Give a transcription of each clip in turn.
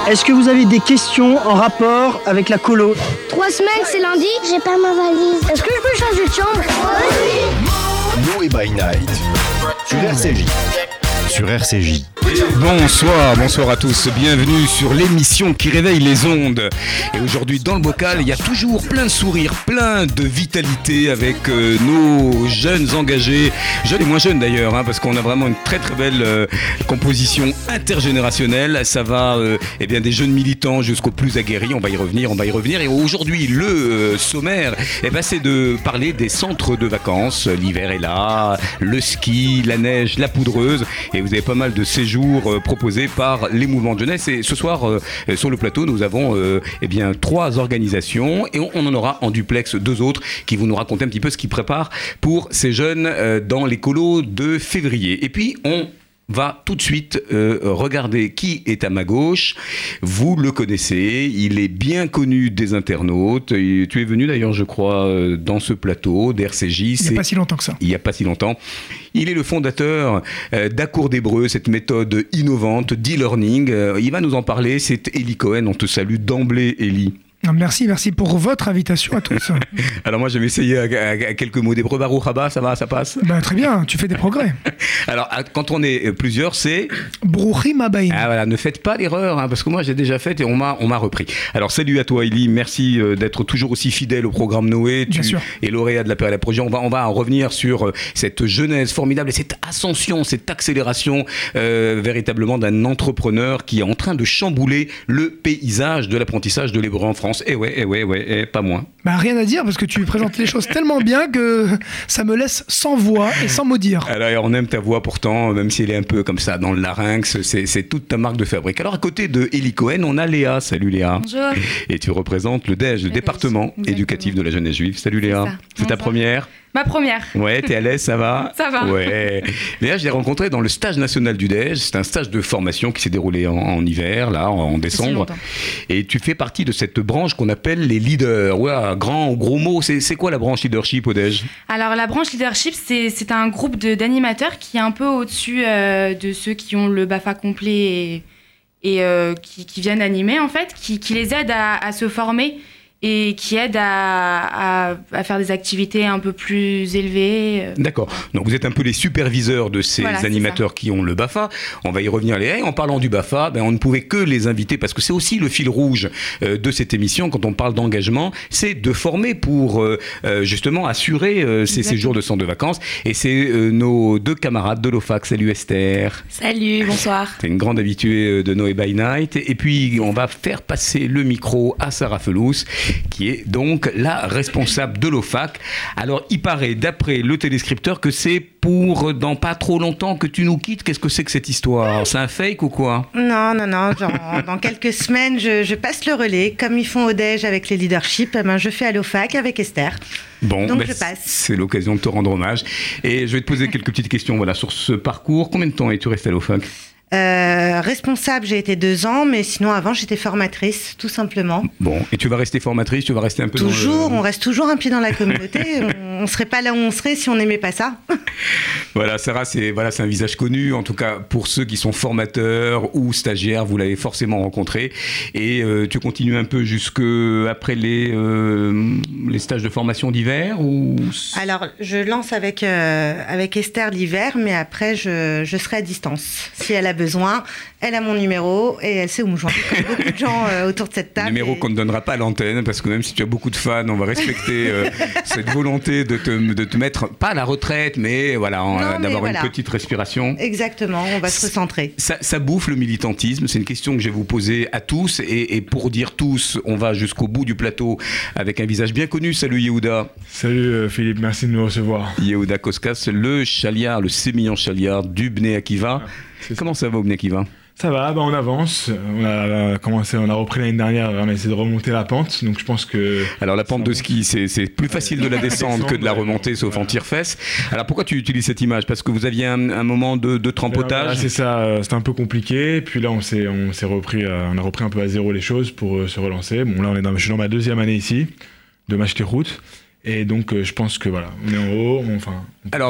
Est-ce que vous avez des questions en rapport avec la colo? 3 semaines, c'est lundi. J'ai pas ma valise. Est-ce que je peux changer de chambre? Oui. Noé by Night sur RCJ. Sur RCJ. Bonsoir à tous, bienvenue sur l'émission qui réveille les ondes. Et aujourd'hui dans le bocal, il y a toujours plein de sourires, plein de vitalité avec nos jeunes engagés, jeunes et moins jeunes d'ailleurs, parce qu'on a vraiment une très très belle composition intergénérationnelle. Ça va des jeunes militants jusqu'aux plus aguerris, on va y revenir. Et aujourd'hui le sommaire, c'est de parler des centres de vacances. L'hiver est là, le ski, la neige, la poudreuse, et vous avez pas mal de séjours proposés par les mouvements de jeunesse. Et ce soir, sur le plateau, nous avons 3 organisations, et on en aura en duplex 2 autres qui vont nous raconter un petit peu ce qu'ils préparent pour ces jeunes dans les colos de février. Et puis, on va tout de suite regarder qui est à ma gauche. Vous le connaissez, il est bien connu des internautes. Et tu es venu d'ailleurs, je crois, dans ce plateau d'RCJ. Il n'y a pas si longtemps que ça. Il n'y a pas si longtemps. Il est le fondateur d'Accours d'Hébreu, cette méthode innovante d'e-learning. Il va nous en parler, c'est Eli Cohen. On te salue d'emblée, Eli. Merci pour votre invitation à tous. Alors moi je vais essayer à quelques mots d'hébreu. Baruch haba, ça va, ça passe? Très bien, tu fais des progrès. Alors quand on est plusieurs, c'est Bruchim habaim. Ah voilà, ne faites pas l'erreur, parce que moi j'ai déjà fait et on m'a repris. Alors salut à toi Eli, merci d'être toujours aussi fidèle au programme Noé. Bien sûr. Et lauréat de la Période Projet. On va en revenir sur cette jeunesse formidable et cette ascension, cette accélération véritablement d'un entrepreneur qui est en train de chambouler le paysage de l'apprentissage de l'hébreu en France. Pas moins. Rien à dire, parce que tu présentes les choses tellement bien que ça me laisse sans voix et sans mot dire. Alors, on aime ta voix pourtant, même si elle est un peu comme ça, dans le larynx, c'est toute ta marque de fabrique. Alors, à côté de Eli Cohen, on a Léa. Salut Léa. Bonjour. Et tu représentes le DEJ, le département éducatif de la jeunesse juive. Salut Léa. C'est ta première? Ma première. Ouais, t'es à l'aise, ça va? Ça va. Ouais. Léa, je l'ai rencontré dans le stage national du DEJ. C'est un stage de formation qui s'est déroulé en hiver, là, en décembre. Et tu fais partie de cette branche qu'on appelle les leaders. Ouais, gros mot. C'est quoi la branche leadership au DEJ? Alors, la branche leadership, c'est un groupe d'animateurs qui est un peu au-dessus de ceux qui ont le BAFA complet et qui viennent animer, en fait, qui les aident à se former et qui aide à faire des activités un peu plus élevées. D'accord. Donc vous êtes un peu les superviseurs de ces animateurs qui ont le BAFA. On va y revenir. En parlant du BAFA, on ne pouvait que les inviter parce que c'est aussi le fil rouge de cette émission quand on parle d'engagement, c'est de former pour justement assurer ces séjours de centre de vacances. Et c'est nos 2 camarades de l'OFAC. Salut Esther. Salut, bonsoir. T'es une grande habituée de Noé by Night. Et puis on va faire passer le micro à Sarah Felous, qui est donc la responsable de l'OFAC. Alors, il paraît, d'après le téléscripteur, que c'est pour dans pas trop longtemps que tu nous quittes. Qu'est-ce que c'est que cette histoire? C'est un fake ou quoi? Non. Dans quelques semaines, je passe le relais. Comme ils font au DEJ avec les leaderships, je fais à l'OFAC avec Esther. Bon, donc je passe. C'est l'occasion de te rendre hommage. Et je vais te poser quelques petites questions sur ce parcours. Combien de temps es-tu restée à l'OFAC? Responsable, j'ai été 2 ans, mais sinon avant j'étais formatrice, tout simplement. Bon, et tu vas rester formatrice, tu vas rester un peu toujours, on reste toujours un pied dans la communauté. On serait pas là où on serait si on n'aimait pas ça. Voilà, Sarah, c'est un visage connu, en tout cas pour ceux qui sont formateurs ou stagiaires, vous l'avez forcément rencontré. Et tu continues un peu jusque après les stages de formation d'hiver ou... Alors, je lance avec Esther l'hiver, mais après je serai à distance. Si elle a besoin, elle a mon numéro et elle sait où me joindre, comme beaucoup de gens autour de cette table. Numéro qu'on ne donnera pas à l'antenne, parce que même si tu as beaucoup de fans, on va respecter cette volonté de te mettre, pas à la retraite, mais d'avoir une petite respiration. Exactement, on va se recentrer. Ça bouffe le militantisme, c'est une question que je vais vous poser à tous, et pour dire tous, on va jusqu'au bout du plateau avec un visage bien connu. Salut Yehuda. Salut Philippe, merci de nous recevoir. Yehuda Koskas, le chaliard, le sémillant chaliard du Bnei Akiva. Comment ça va au Bnei Akiva? Ça va, on avance. On a repris l'année dernière, on a essayé de remonter la pente, donc je pense que... Alors la pente de ski, c'est plus facile de la descendre que de la remonter, sauf en tire-fesse. Alors pourquoi tu utilises cette image? Parce que vous aviez un moment de trempotage? C'est ça, c'était un peu compliqué, puis là on a repris un peu à zéro les choses pour se relancer. Bon là je suis dans ma 2e année ici, de Mashkerout. Et donc, je pense que voilà, on est en haut. Alors,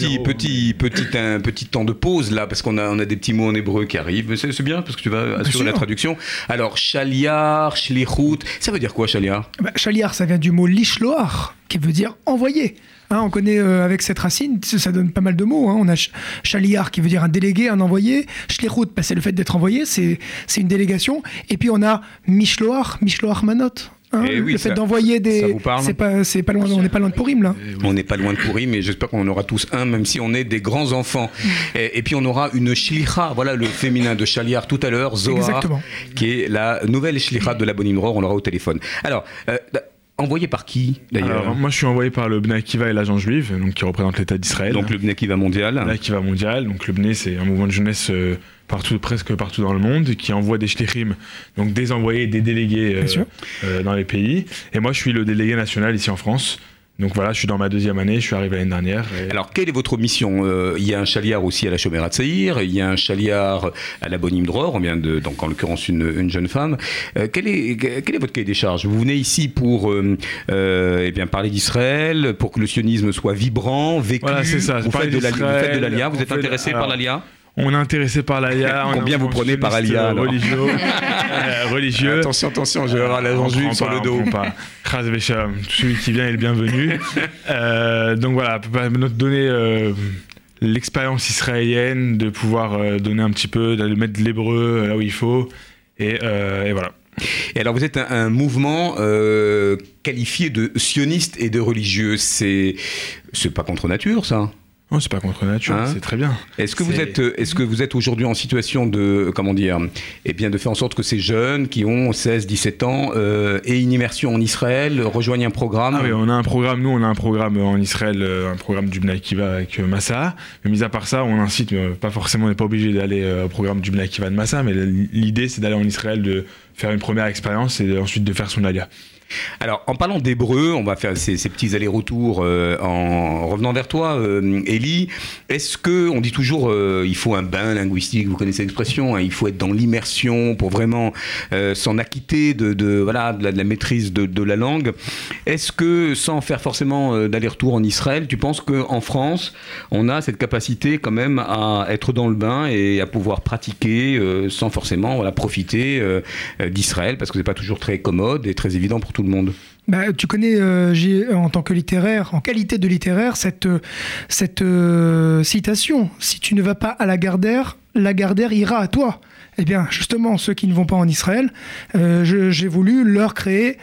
petit temps de pause là, parce qu'on a des petits mots en hébreu qui arrivent. Mais c'est bien, parce que tu vas assurer la traduction. Alors, shaliar, shlichut, ça veut dire quoi, shaliar ? Shaliar, ça vient du mot lishloach, qui veut dire envoyer. On connaît avec cette racine, ça donne pas mal de mots. On a shaliar qui veut dire un délégué, un envoyé. Shlichut, c'est le fait d'être envoyé, c'est une délégation. Et puis on a mishloach manot. Le fait d'envoyer des. Ça vous parle ? C'est pas loin, on n'est pas loin de Purim là. On n'est pas loin de Purim, mais j'espère qu'on en aura tous un, même si on est des grands enfants. Et puis on aura une shlicha, voilà le féminin de shaliar tout à l'heure, Zohar, exactement, qui est la nouvelle shlicha de la Bonim Dror, on l'aura au téléphone. Alors. Envoyé par qui d'ailleurs ? Alors, moi je suis envoyé par le Bnei Akiva et l'Agence Juive, donc qui représente l'État d'Israël. Donc le Bnei Akiva mondial. Le Bnei Akiva mondial, donc le Bnei c'est un mouvement de jeunesse presque partout dans le monde, qui envoie des shlichim, donc des envoyés, des délégués dans les pays. Et moi je suis le délégué national ici en France. Donc voilà, je suis dans ma 2e année, je suis arrivé l'année dernière. Alors, quelle est votre mission ? Il y a un shaliar aussi à la Shomer HaTzaïr, il y a un shaliar à la Bonim Dror, on vient donc en l'occurrence une jeune femme. Quel est votre cahier des charges ? Vous venez ici pour parler d'Israël, pour que le sionisme soit vibrant, vécu. Voilà, c'est ça. Vous faites de l'Alia, vous êtes intéressé par l'Alia ? On est intéressé par l'Alia. Combien vous prenez par Alia religieux. Attention, je vais avoir l'agence juive sur le dos. Chas v'shalom. Celui qui vient est le bienvenu. Donc voilà, notre donner l'expérience israélienne, de pouvoir donner un petit peu, de mettre de l'hébreu là où il faut. Et voilà. Et alors vous êtes un mouvement qualifié de sioniste et de religieux. C'est pas contre nature, ça ? Non, c'est pas contre nature, c'est très bien. Est-ce que vous êtes aujourd'hui en situation de, de faire en sorte que ces jeunes qui ont 16, 17 ans aient une immersion en Israël, rejoignent un programme ? Ah oui, on a un programme en Israël, un programme du Bnei Akiva avec Massa. Mais mis à part ça, on incite, pas forcément, on n'est pas obligé d'aller au programme du Bnei Akiva de Massa, mais l'idée c'est d'aller en Israël, de faire une première expérience et ensuite de faire son alia. Alors, en parlant d'hébreu, on va faire ces petits allers-retours en revenant vers toi, Élie. Est-ce que on dit toujours il faut un bain linguistique, vous connaissez l'expression, il faut être dans l'immersion pour vraiment s'en acquitter de la maîtrise de la langue. Est-ce que, sans faire forcément d'aller-retour en Israël, tu penses qu'en France, on a cette capacité quand même à être dans le bain et à pouvoir pratiquer sans forcément profiter d'Israël, parce que c'est pas toujours très commode et très évident pour tout le monde? Tu connais, en tant que littéraire, en qualité de littéraire, cette citation. Si tu ne vas pas à la Gardère ira à toi. Eh bien, justement, ceux qui ne vont pas en Israël, j'ai voulu leur créer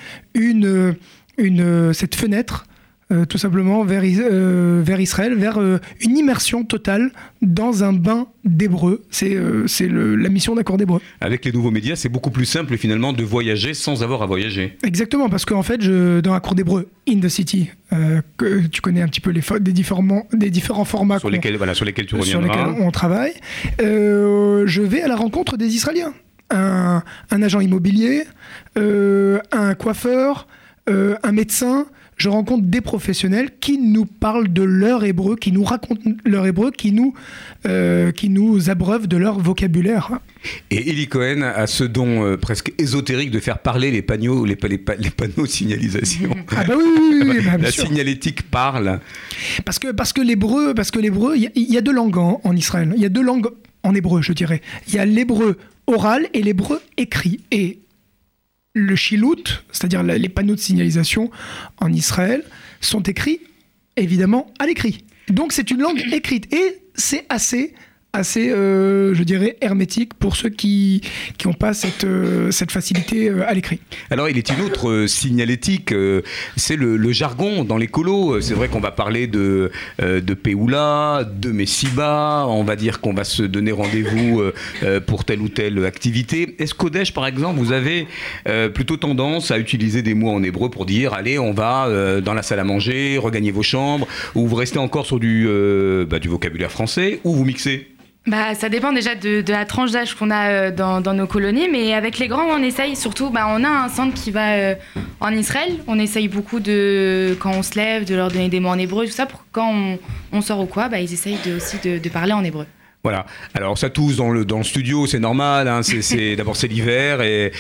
cette fenêtre, tout simplement vers Israël, vers une immersion totale dans un bain d'hébreu. C'est la mission d'Accord d'Hébreu. Avec les nouveaux médias, c'est beaucoup plus simple finalement de voyager sans avoir à voyager. Exactement, parce qu'en fait, dans Accord d'Hébreu, In the City, que tu connais un petit peu des différents formats sur lesquels tu reviendras, sur lesquels on travaille, je vais à la rencontre des Israéliens. Un agent immobilier, un coiffeur, un médecin. Je rencontre des professionnels qui nous parlent de leur hébreu, qui nous racontent leur hébreu, qui nous abreuvent de leur vocabulaire. Et Eli Cohen a ce don presque ésotérique de faire parler les panneaux de signalisation. Ah bah oui, la signalétique parle. Parce que l'hébreu, il y a deux langues en Israël. Il y a deux langues en hébreu, je dirais. Il y a l'hébreu oral et l'hébreu écrit. Et le shilut, c'est-à-dire les panneaux de signalisation en Israël, sont écrits évidemment à l'écrit. Donc c'est une langue écrite et c'est assez je dirais, hermétique pour ceux qui n'ont pas cette facilité à l'écrit. Alors, il est une autre signalétique, c'est le jargon dans les colos. C'est vrai qu'on va parler de Péoula, de Messiba, on va dire qu'on va se donner rendez-vous pour telle ou telle activité. Est-ce qu'au Kodesh, par exemple, vous avez plutôt tendance à utiliser des mots en hébreu pour dire « Allez, on va dans la salle à manger, regagner vos chambres », ou vous restez encore sur du vocabulaire français, ou vous mixez ? Ça dépend déjà de la tranche d'âge qu'on a dans nos colonies, mais avec les grands, on essaye surtout, on a un centre qui va en Israël, on essaye beaucoup quand on se lève, de leur donner des mots en hébreu, tout ça, pour quand on sort ou quoi, ils essayent aussi de parler en hébreu. Voilà. Alors ça tousse dans le studio, c'est normal. Hein. D'abord c'est l'hiver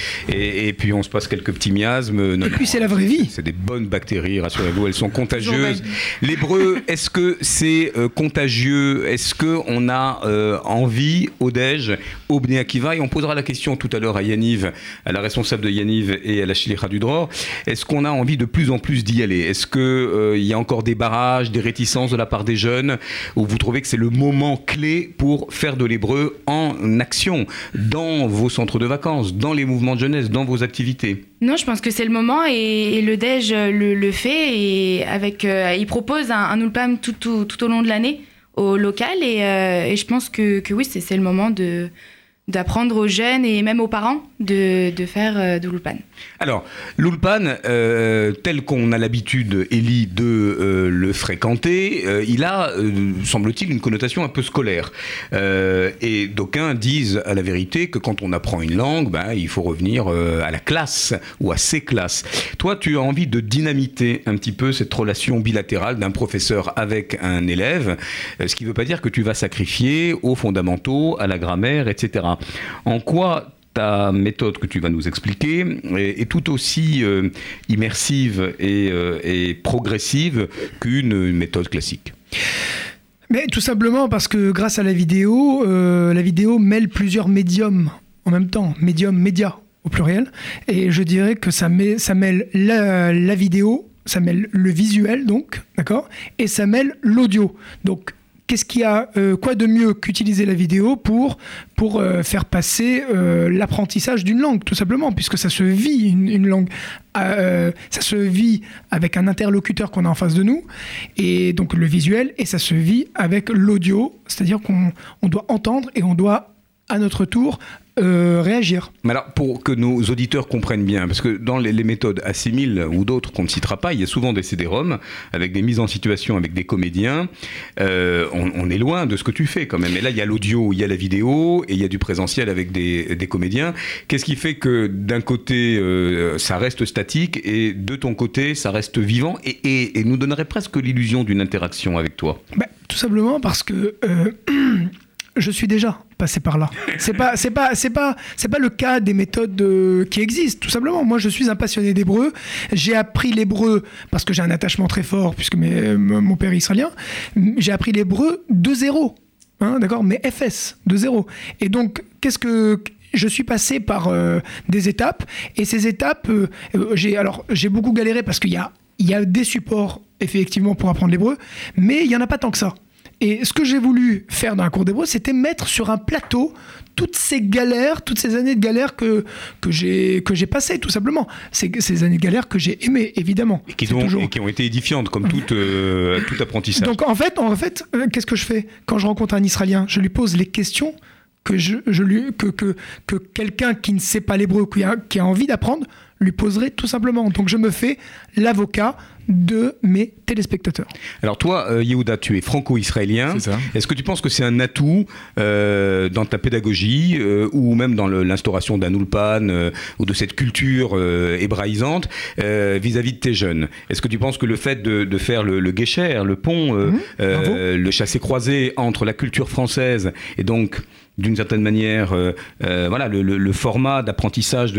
et puis on se passe quelques petits miasmes. Et puis c'est la vraie vie. C'est des bonnes bactéries, rassurez-vous, elles sont contagieuses. L'hébreu, est-ce que c'est contagieux? Est-ce que on a envie au Dej, au Bnei Akiva? Et on posera la question tout à l'heure à Yaniv, à la responsable de Yaniv et à la Shlicha du Dror. Est-ce qu'on a envie de plus en plus d'y aller? Est-ce que il y a encore des barrages, des réticences de la part des jeunes, ou vous trouvez que c'est le moment clé pour faire de l'hébreu en action dans vos centres de vacances, dans les mouvements de jeunesse, dans vos activités? Non, je pense que c'est le moment et le Dej le fait et il propose un ulpan tout au long de l'année au local et je pense que oui, c'est le moment d'apprendre aux jeunes et même aux parents de faire de l'ulpan. Alors, l'ulpan, tel qu'on a l'habitude, Élie, de le fréquenter, il a, semble-t-il, une connotation un peu scolaire. Et d'aucuns disent à la vérité que quand on apprend une langue, il faut revenir à la classe ou à ses classes. Toi, tu as envie de dynamiter un petit peu cette relation bilatérale d'un professeur avec un élève, ce qui ne veut pas dire que tu vas sacrifier aux fondamentaux, à la grammaire, etc. En quoi ta méthode que tu vas nous expliquer est tout aussi immersive et progressive qu'une méthode classique? Mais tout simplement parce que grâce à la vidéo mêle plusieurs médiums en même temps, médias au pluriel, et je dirais que ça mêle la vidéo, ça mêle le visuel donc, d'accord, et ça mêle l'audio. Donc qu'est-ce qu'il y a, quoi de mieux qu'utiliser la vidéo pour faire passer l'apprentissage d'une langue, tout simplement, puisque ça se vit une langue, ça se vit avec un interlocuteur qu'on a en face de nous, et donc le visuel, et ça se vit avec l'audio, c'est-à-dire qu'on doit entendre et on doit à notre tour réagir. Mais alors, pour que nos auditeurs comprennent bien, parce que dans les méthodes Assimil ou d'autres qu'on ne citera pas, il y a souvent des CD-ROM avec des mises en situation avec des comédiens. On est loin de ce que tu fais quand même. Et là, il y a l'audio, il y a la vidéo et il y a du présentiel avec des comédiens. Qu'est-ce qui fait que d'un côté, ça reste statique et de ton côté, ça reste vivant et nous donnerait presque l'illusion d'une interaction avec toi? Tout simplement parce que je suis déjà passé par là. C'est pas le cas des méthodes qui existent, tout simplement. Moi, je suis un passionné d'hébreu. J'ai appris l'hébreu parce que j'ai un attachement très fort, puisque mon père est israélien. J'ai appris l'hébreu de zéro, hein, d'accord, mais FS, de zéro. Et donc, je suis passé par des étapes, et ces étapes, j'ai beaucoup galéré parce qu'il y a des supports, effectivement, pour apprendre l'hébreu, mais il n'y en a pas tant que ça. Et ce que j'ai voulu faire dans un cours d'hébreu, c'était mettre sur un plateau toutes ces galères, toutes ces années de galères que j'ai passées, tout simplement. Ces années de galères que j'ai aimées, évidemment. Et qui ont été édifiantes, comme tout apprentissage. Donc en fait, qu'est-ce que je fais? Quand je rencontre un Israélien, je lui pose les questions que quelqu'un qui ne sait pas l'hébreu, qui a envie d'apprendre, lui poserait tout simplement. Donc je me fais l'avocat de mes téléspectateurs. Alors toi, Yehuda, tu es franco-israélien. C'est ça. Est-ce que tu penses que c'est un atout dans ta pédagogie ou même dans l'instauration d'un ulpan ou de cette culture hébraïsante vis-à-vis de tes jeunes? Est-ce que tu penses que le fait de faire le guécher, le pont, le chassé-croisé entre la culture française et donc d'une certaine manière, le format d'apprentissage de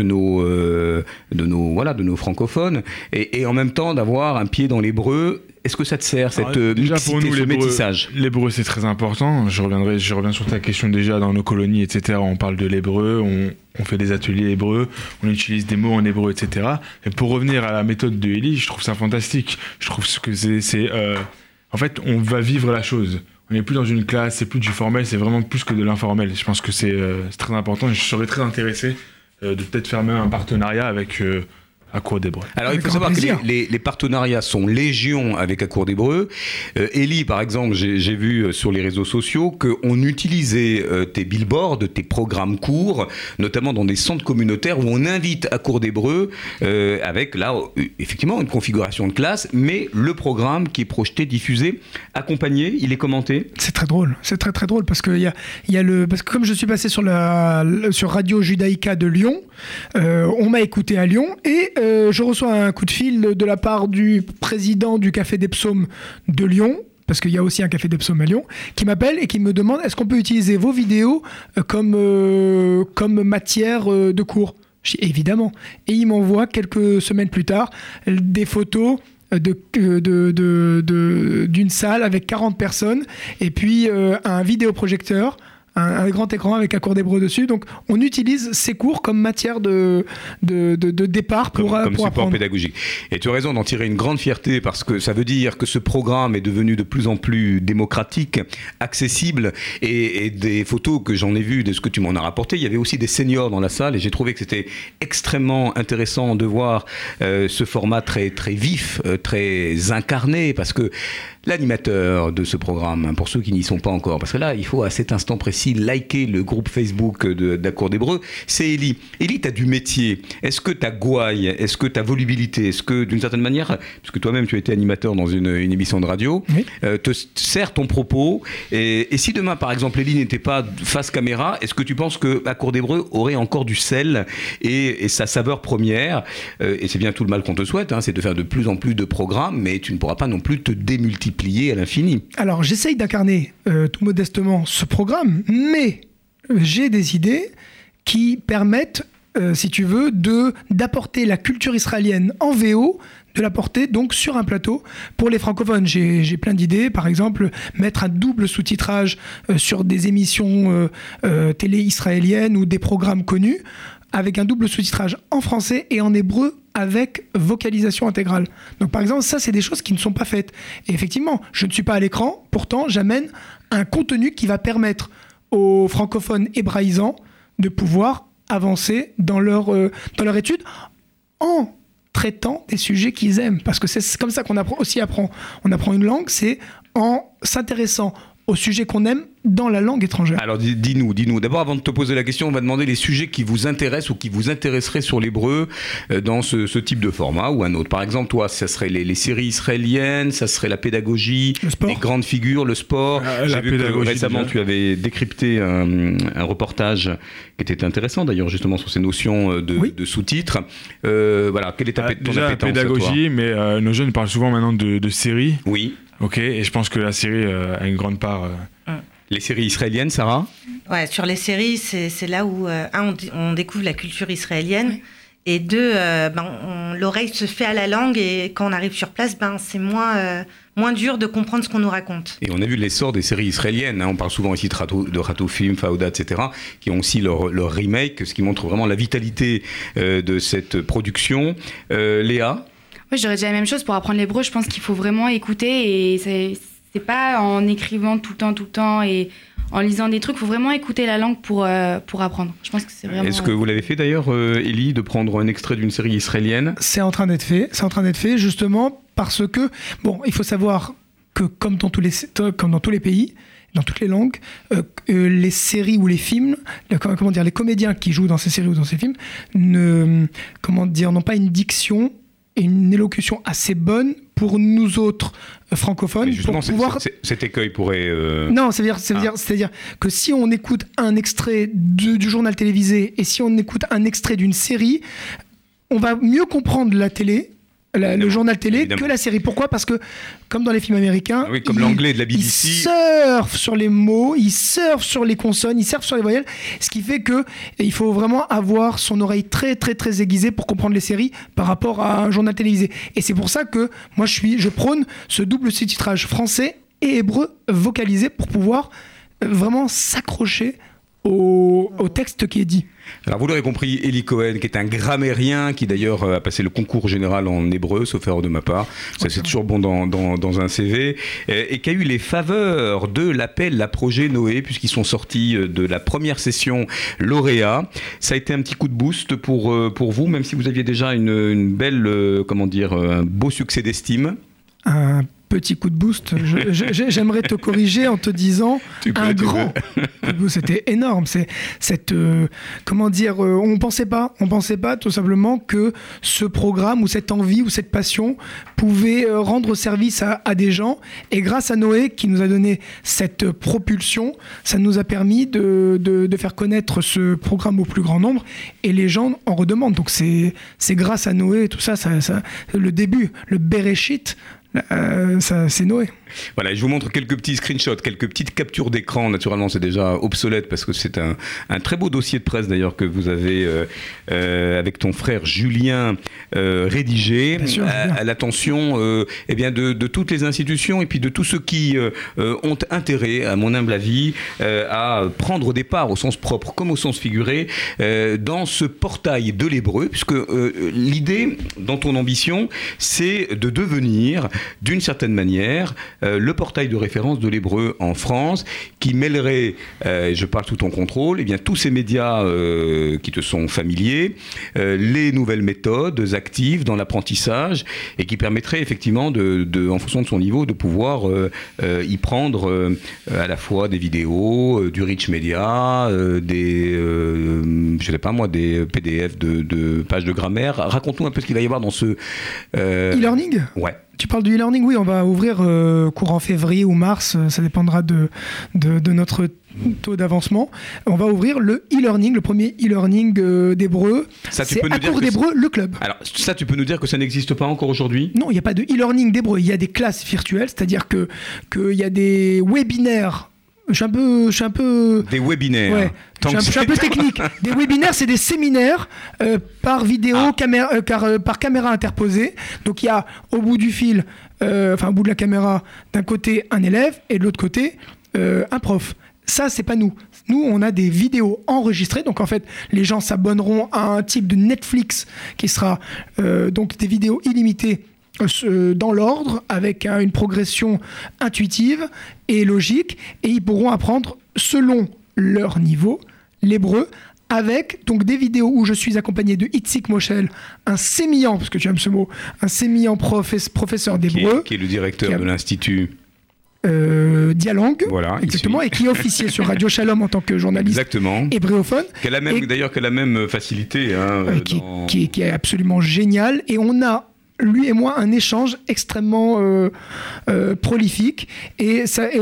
nos francophones, et en même temps d'avoir un pied dans l'hébreu, est-ce que ça te sert, cette mixité, ce métissage? L'hébreu, c'est très important. Je reviens sur ta question déjà, dans nos colonies, etc. On parle de l'hébreu, on fait des ateliers hébreux, on utilise des mots en hébreu, etc. Et pour revenir à la méthode de Élie, je trouve ça fantastique. Je trouve que en fait, on va vivre la chose. On n'est plus dans une classe, c'est plus du formel, c'est vraiment plus que de l'informel. Je pense que c'est très important. Je serais très intéressé de peut-être faire même un partenariat avec Accours d'Hébreu. Alors il faut savoir que les partenariats sont légion avec Accours d'Hébreu. Élie, par exemple, j'ai vu sur les réseaux sociaux qu'on utilisait tes billboards, tes programmes courts, notamment dans des centres communautaires où on invite Accours d'Hébreu avec là effectivement une configuration de classe, mais le programme qui est projeté, diffusé, accompagné, il est commenté. C'est très drôle, c'est très très drôle parce que parce que comme je suis passé sur Radio Judaïka de Lyon, on m'a écouté à Lyon et je reçois un coup de fil de la part du président du Café des Psaumes de Lyon parce qu'il y a aussi un café des psaumes à Lyon, qui m'appelle et qui me demande est-ce qu'on peut utiliser vos vidéos comme matière de cours. Je dis évidemment. Et il m'envoie quelques semaines plus tard des photos d'une salle avec 40 personnes et puis un vidéoprojecteur, un grand écran avec un cours d'hébreu dessus. Donc on utilise ces cours comme matière de départ pour support apprendre. Pédagogique. Et tu as raison d'en tirer une grande fierté parce que ça veut dire que ce programme est devenu de plus en plus démocratique, accessible, et des photos que j'en ai vues de ce que tu m'en as rapporté, il y avait aussi des seniors dans la salle et j'ai trouvé que c'était extrêmement intéressant de voir ce format très, très vif, très incarné, parce que l'animateur de ce programme, pour ceux qui n'y sont pas encore, parce que là, il faut à cet instant précis liker le groupe Facebook de la Cour d'Hébreu, c'est Élie. Élie, tu as du métier. Est-ce que ta gouaille, est-ce que ta volubilité, est-ce que d'une certaine manière, puisque toi-même tu as été animateur dans une émission de radio, oui, te sert ton propos, et si demain, par exemple, Élie n'était pas face caméra, est-ce que tu penses que la Cour d'Hébreu aurait encore du sel et sa saveur première, et c'est bien tout le mal qu'on te souhaite, c'est de faire de plus en plus de programmes, mais tu ne pourras pas non plus te démultiplier à l'infini. Alors, j'essaye d'incarner tout modestement ce programme, mais j'ai des idées qui permettent, si tu veux, d'apporter la culture israélienne en VO, de l'apporter donc sur un plateau pour les francophones. J'ai plein d'idées, par exemple, mettre un double sous-titrage sur des émissions télé israéliennes ou des programmes connus, avec un double sous-titrage en français et en hébreu avec vocalisation intégrale. Donc par exemple, ça c'est des choses qui ne sont pas faites. Et effectivement, je ne suis pas à l'écran, pourtant j'amène un contenu qui va permettre aux francophones hébraïsants de pouvoir avancer dans leur étude en traitant des sujets qu'ils aiment. Parce que c'est comme ça qu'on apprend. On apprend une langue, c'est en s'intéressant au sujet qu'on aime dans la langue étrangère. Alors dis-nous. D'abord, avant de te poser la question, on va demander les sujets qui vous intéressent ou qui vous intéresseraient sur l'hébreu dans ce type de format ou un autre. Par exemple, toi, ça serait les séries israéliennes, ça serait la pédagogie, les grandes figures, le sport. J'ai vu que récemment, tu avais décrypté un reportage qui était intéressant, d'ailleurs, justement, sur ces notions de sous-titres. Voilà, quelle est ton appétence la pédagogie, mais nos jeunes parlent souvent maintenant de séries. Oui. Ok, et je pense que la série a une grande part. Les séries israéliennes, Sarah ? Ouais, sur les séries, c'est là où, on découvre la culture israélienne, oui, et deux, l'oreille se fait à la langue, et quand on arrive sur place, c'est moins dur de comprendre ce qu'on nous raconte. Et on a vu l'essor des séries israéliennes, on parle souvent ici de Ratofim, Fauda, etc., qui ont aussi leur remake, ce qui montre vraiment la vitalité de cette production. Léa ? Oui, j'aurais dit la même chose. Pour apprendre l'hébreu, je pense qu'il faut vraiment écouter, et c'est pas en écrivant tout le temps et en lisant des trucs. Il faut vraiment écouter la langue pour apprendre. Je pense que c'est vraiment... Est-ce que vous l'avez fait d'ailleurs, Élie, de prendre un extrait d'une série israélienne ? C'est en train d'être fait, justement parce que, il faut savoir que comme dans tous les pays, dans toutes les langues, les séries ou les films, les comédiens qui jouent dans ces séries ou dans ces films n'ont pas une diction et une élocution assez bonne pour nous autres francophones. Mais justement, pour pouvoir... cet écueil pourrait... Non, c'est-à-dire que si on écoute un extrait du journal télévisé et si on écoute un extrait d'une série, on va mieux comprendre la télé, le journal télé, évidemment, que la série. Pourquoi ? Parce que, comme dans les films américains, comme l'anglais de la BBC, ils surfent sur les mots, ils surfent sur les consonnes, ils surfent sur les voyelles, ce qui fait qu'il faut vraiment avoir son oreille très très très aiguisée pour comprendre les séries par rapport à un journal télévisé. Et c'est pour ça que moi je prône ce double sous-titrage français et hébreu vocalisé pour pouvoir vraiment s'accrocher au texte qui est dit. Alors vous l'aurez compris, Élie Cohen, qui est un grammairien, qui d'ailleurs a passé le concours général en hébreu, sauf erreur de ma part, ça c'est toujours bon dans un CV, et qui a eu les faveurs de l'appel La Projet Noé, puisqu'ils sont sortis de la première session lauréat. Ça a été un petit coup de boost pour vous, même si vous aviez déjà une belle, un beau succès d'estime. Un petit coup de boost, j'aimerais te corriger en te disant un grand coup de boost. C'était énorme. C'est on pensait pas tout simplement que ce programme ou cette envie ou cette passion pouvait rendre service à des gens, et grâce à Noé qui nous a donné cette propulsion, ça nous a permis de faire connaître ce programme au plus grand nombre, et les gens en redemandent. Donc c'est grâce à Noé et tout ça, le début, le Bereshit, c'est Noé. Voilà, je vous montre quelques petits screenshots, quelques petites captures d'écran. Naturellement, c'est déjà obsolète parce que c'est un très beau dossier de presse d'ailleurs que vous avez avec ton frère Julien rédigé à l'attention de toutes les institutions et puis de tous ceux qui ont intérêt, à mon humble avis, à prendre des parts au sens propre comme au sens figuré dans ce portail de l'hébreu, puisque l'idée dans ton ambition, c'est de devenir d'une certaine manière le portail de référence de l'hébreu en France, qui mêlerait, je parle sous ton contrôle, tous ces médias qui te sont familiers, les nouvelles méthodes actives dans l'apprentissage et qui permettraient effectivement en fonction de son niveau de pouvoir y prendre à la fois des vidéos, du rich media, des PDF de pages de grammaire. Raconte-nous un peu ce qu'il va y avoir dans ce e-learning. Ouais. Tu parles du e-learning, oui, on va ouvrir courant février ou mars, ça dépendra de notre taux d'avancement. On va ouvrir le e-learning, le premier e-learning d'hébreu. C'est à cours d'hébreu, le club. Alors ça, tu peux nous dire que ça n'existe pas encore aujourd'hui ? Non, il n'y a pas de e-learning d'hébreu. Il y a des classes virtuelles, c'est-à-dire qu'il y a des webinaires. Je suis un peu... Des webinaires. Ouais. Je suis un peu technique. Des webinaires, c'est des séminaires par vidéo, par caméra interposée. Donc il y a au bout du fil, au bout de la caméra, d'un côté un élève et de l'autre côté un prof. Ça, c'est pas nous. Nous, on a des vidéos enregistrées. Donc en fait, les gens s'abonneront à un type de Netflix qui sera donc des vidéos illimitées dans l'ordre, avec une progression intuitive et logique, et ils pourront apprendre selon leur niveau l'hébreu, avec donc des vidéos où je suis accompagné de Itzik Moshel, un sémillant, parce que tu aimes ce mot, un sémillant professeur d'hébreu, qui est le directeur de l'Institut Dialogue, voilà, exactement, et qui est officier sur Radio Shalom en tant que journaliste hébréophone. Qui a la même facilité. Qui est absolument génial, et on a lui et moi un échange extrêmement prolifique, et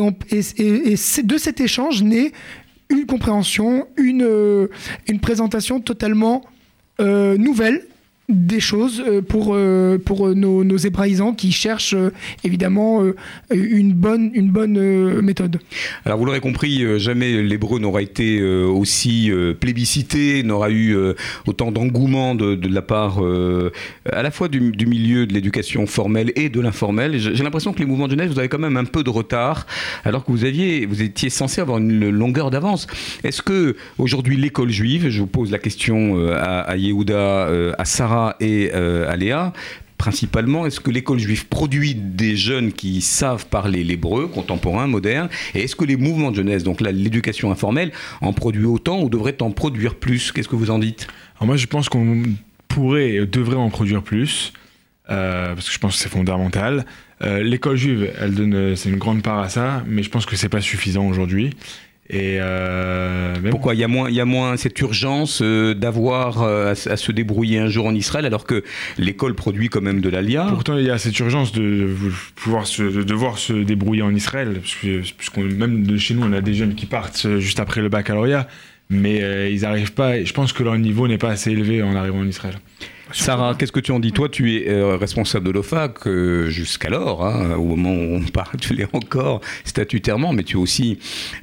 de cet échange naît une compréhension, une présentation totalement nouvelle des choses pour nos hébraïsants qui cherchent évidemment une bonne méthode. Alors vous l'aurez compris, jamais l'hébreu n'aura été aussi plébiscité, n'aura eu autant d'engouement de la part à la fois du milieu de l'éducation formelle et de l'informel. J'ai l'impression que les mouvements de jeunesse, vous avez quand même un peu de retard, alors que vous étiez censé avoir une longueur d'avance. Est-ce que aujourd'hui l'école juive, je vous pose la question à Yehuda, à Sarah et à Léa, principalement, est-ce que l'école juive produit des jeunes qui savent parler l'hébreu contemporain, moderne, et est-ce que les mouvements de jeunesse, donc là l'éducation informelle, en produit autant ou devrait en produire plus ? Qu'est-ce que vous en dites ? Alors moi je pense qu'on pourrait et devrait en produire plus, parce que je pense que c'est fondamental. L'école juive, c'est une grande part à ça, mais je pense que c'est pas suffisant aujourd'hui. Et pourquoi il y a moins cette urgence d'avoir à se débrouiller un jour en Israël, alors que l'école produit quand même de l'Alia. Pourtant il y a cette urgence de devoir se débrouiller en Israël, puisqu'on même de chez nous on a des jeunes qui partent juste après le baccalauréat, mais ils n'arrivent pas, et je pense que leur niveau n'est pas assez élevé en arrivant en Israël. Sarah, qu'est-ce que tu en dis ? Toi, tu es responsable de l'OFAC jusqu'alors, au moment où on parle, tu l'es encore statutairement, mais tu es aussi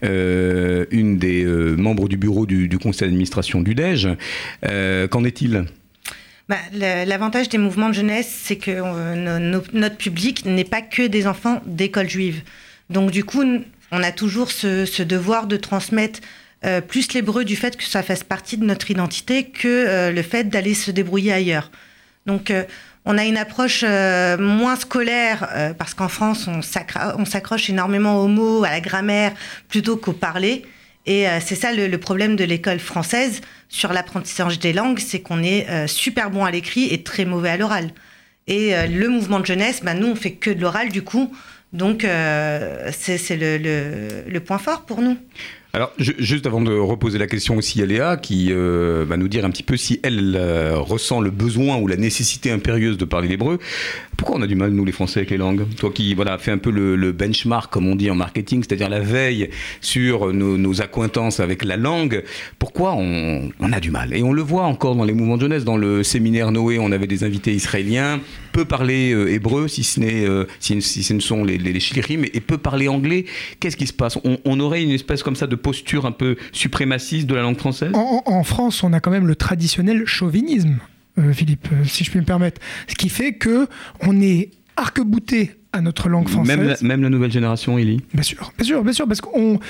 une des membres du bureau du conseil d'administration du DEJ. Qu'en est-il ? L'avantage des mouvements de jeunesse, c'est que notre public n'est pas que des enfants d'école juive. Donc du coup, on a toujours ce devoir de transmettre plus l'hébreu du fait que ça fasse partie de notre identité que le fait d'aller se débrouiller ailleurs. Donc on a une approche moins scolaire parce qu'en France on s'accroche énormément aux mots, à la grammaire plutôt qu'au parler, et c'est ça le problème de l'école française sur l'apprentissage des langues, c'est qu'on est super bon à l'écrit et très mauvais à l'oral. Et le mouvement de jeunesse, nous on fait que de l'oral du coup, donc c'est le point fort pour nous. Alors, juste avant de reposer la question aussi à Léa, qui va nous dire un petit peu si elle ressent le besoin ou la nécessité impérieuse de parler l'hébreu. Pourquoi on a du mal, nous, les Français, avec les langues ? Toi qui fais un peu le benchmark, comme on dit en marketing, c'est-à-dire la veille sur nos accointances avec la langue, pourquoi on a du mal ? Et on le voit encore dans les mouvements de jeunesse. Dans le séminaire Noé, on avait des invités israéliens, peu parler hébreu, si ce ne sont les shlichim, et peu parler anglais. Qu'est-ce qui se passe ? On aurait une espèce comme ça de posture un peu suprémaciste de la langue française ? En France, on a quand même le traditionnel chauvinisme, Philippe, si je puis me permettre. Ce qui fait qu'on est arc-bouté à notre langue française. Même la nouvelle génération, Élie ? Bien sûr, parce comme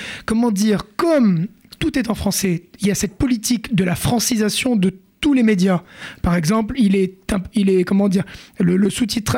tout est en français, il y a cette politique de la francisation de tous les médias. Par exemple, il est le sous-titre,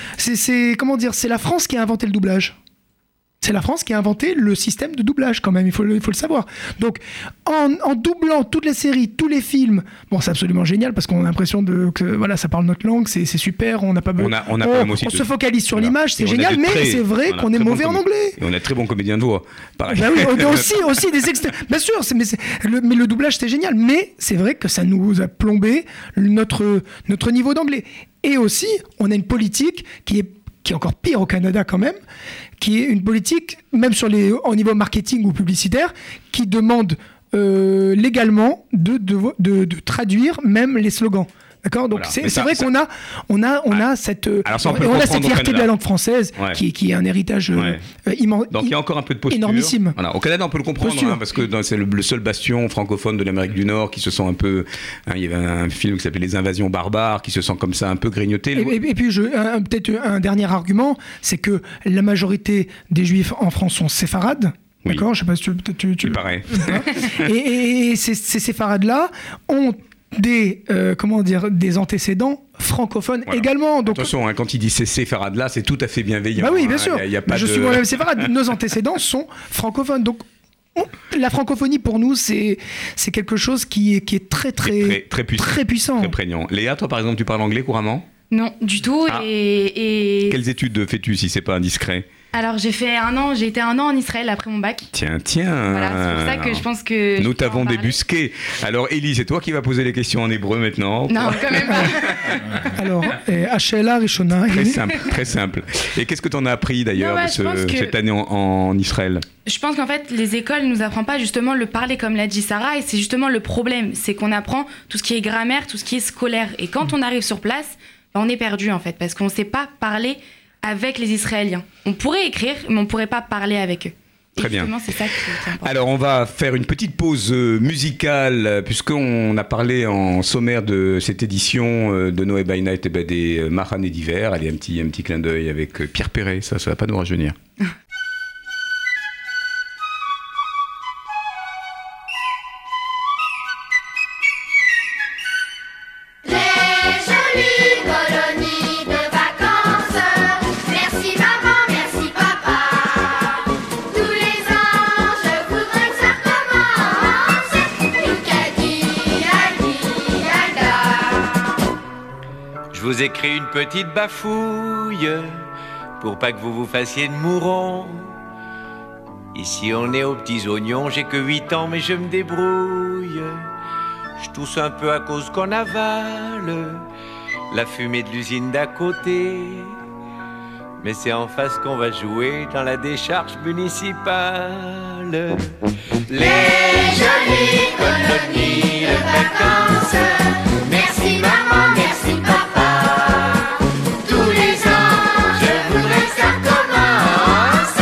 c'est la France qui a inventé le doublage. C'est la France qui a inventé le système de doublage, quand même, il faut le savoir. Donc, en doublant toutes les séries, tous les films, c'est absolument génial, parce qu'on a l'impression que ça parle notre langue, c'est super, on n'a pas besoin... On se focalise sur l'image, c'est génial, mais c'est vrai qu'on est mauvais en anglais. Et on a de très bons comédiens de voix, pareil. Bah oui, aussi des extraits. Bien sûr, mais le doublage, c'est génial, mais c'est vrai que ça nous a plombé notre niveau d'anglais. Et aussi, on a une politique qui est encore pire au Canada quand même, qui est une politique, même au niveau marketing ou publicitaire, qui demande légalement de traduire même les slogans. D'accord ? Donc c'est vrai qu'on a cette fierté de la langue française qui est un héritage immense. Donc il y a encore un peu de posture. Énormissime. Voilà. Au Canada, on peut le comprendre parce que c'est le seul bastion francophone de l'Amérique du Nord qui se sent un peu. Il y avait un film qui s'appelait Les Invasions barbares qui se sent comme ça un peu grignoté. Et puis peut-être un dernier argument, c'est que la majorité des Juifs en France sont séfarades. Oui. D'accord ? Je sais pas si tu pareil. Et ces séfarades-là ont des antécédents francophones également. Donc... Attention, quand il dit ces séfarades-là, c'est tout à fait bienveillant. Bah oui, bien sûr. Je suis moi-même séfarade. Nos antécédents sont francophones. Donc, la francophonie, pour nous, c'est quelque chose qui est très puissant. Très prégnant. Léa, toi, par exemple, tu parles anglais couramment ? Non, du tout. Et... Quelles études fais-tu, si c'est pas indiscret ? Alors j'ai été 1 an en Israël après mon bac. Tiens. Voilà, c'est pour ça que je pense que... Nous t'avons débusqué. Alors Élie, c'est toi qui vas poser les questions en hébreu maintenant ? Non, quand même pas. Alors, Ashela Rishona. Très simple. Et qu'est-ce que tu en as appris d'ailleurs cette année en Israël ? Je pense qu'en fait, les écoles ne nous apprennent pas justement le parler comme l'a dit Sarah, et c'est justement le problème, c'est qu'on apprend tout ce qui est grammaire, tout ce qui est scolaire. Et quand on arrive sur place, on est perdu en fait, parce qu'on ne sait pas parler avec les Israéliens. On pourrait écrire, mais on ne pourrait pas parler avec eux. Très bien. C'est ça qui est important. Alors, on va faire une petite pause musicale, puisqu'on a parlé en sommaire de cette édition de Noé by Night des Mahaneh d'hiver. Allez, un petit clin d'œil avec Pierre Perret, ça ne va pas nous rajeunir. Je vous écris une petite bafouille pour pas que vous vous fassiez de mourons. Ici on est aux petits oignons, j'ai que 8 ans mais je me débrouille. Je tousse un peu à cause qu'on avale la fumée de l'usine d'à côté. Mais c'est en face qu'on va jouer dans la décharge municipale. Les jolies colonies de vacances. Merci maman, merci papa. Tous les ans, je voudrais que ça recommence.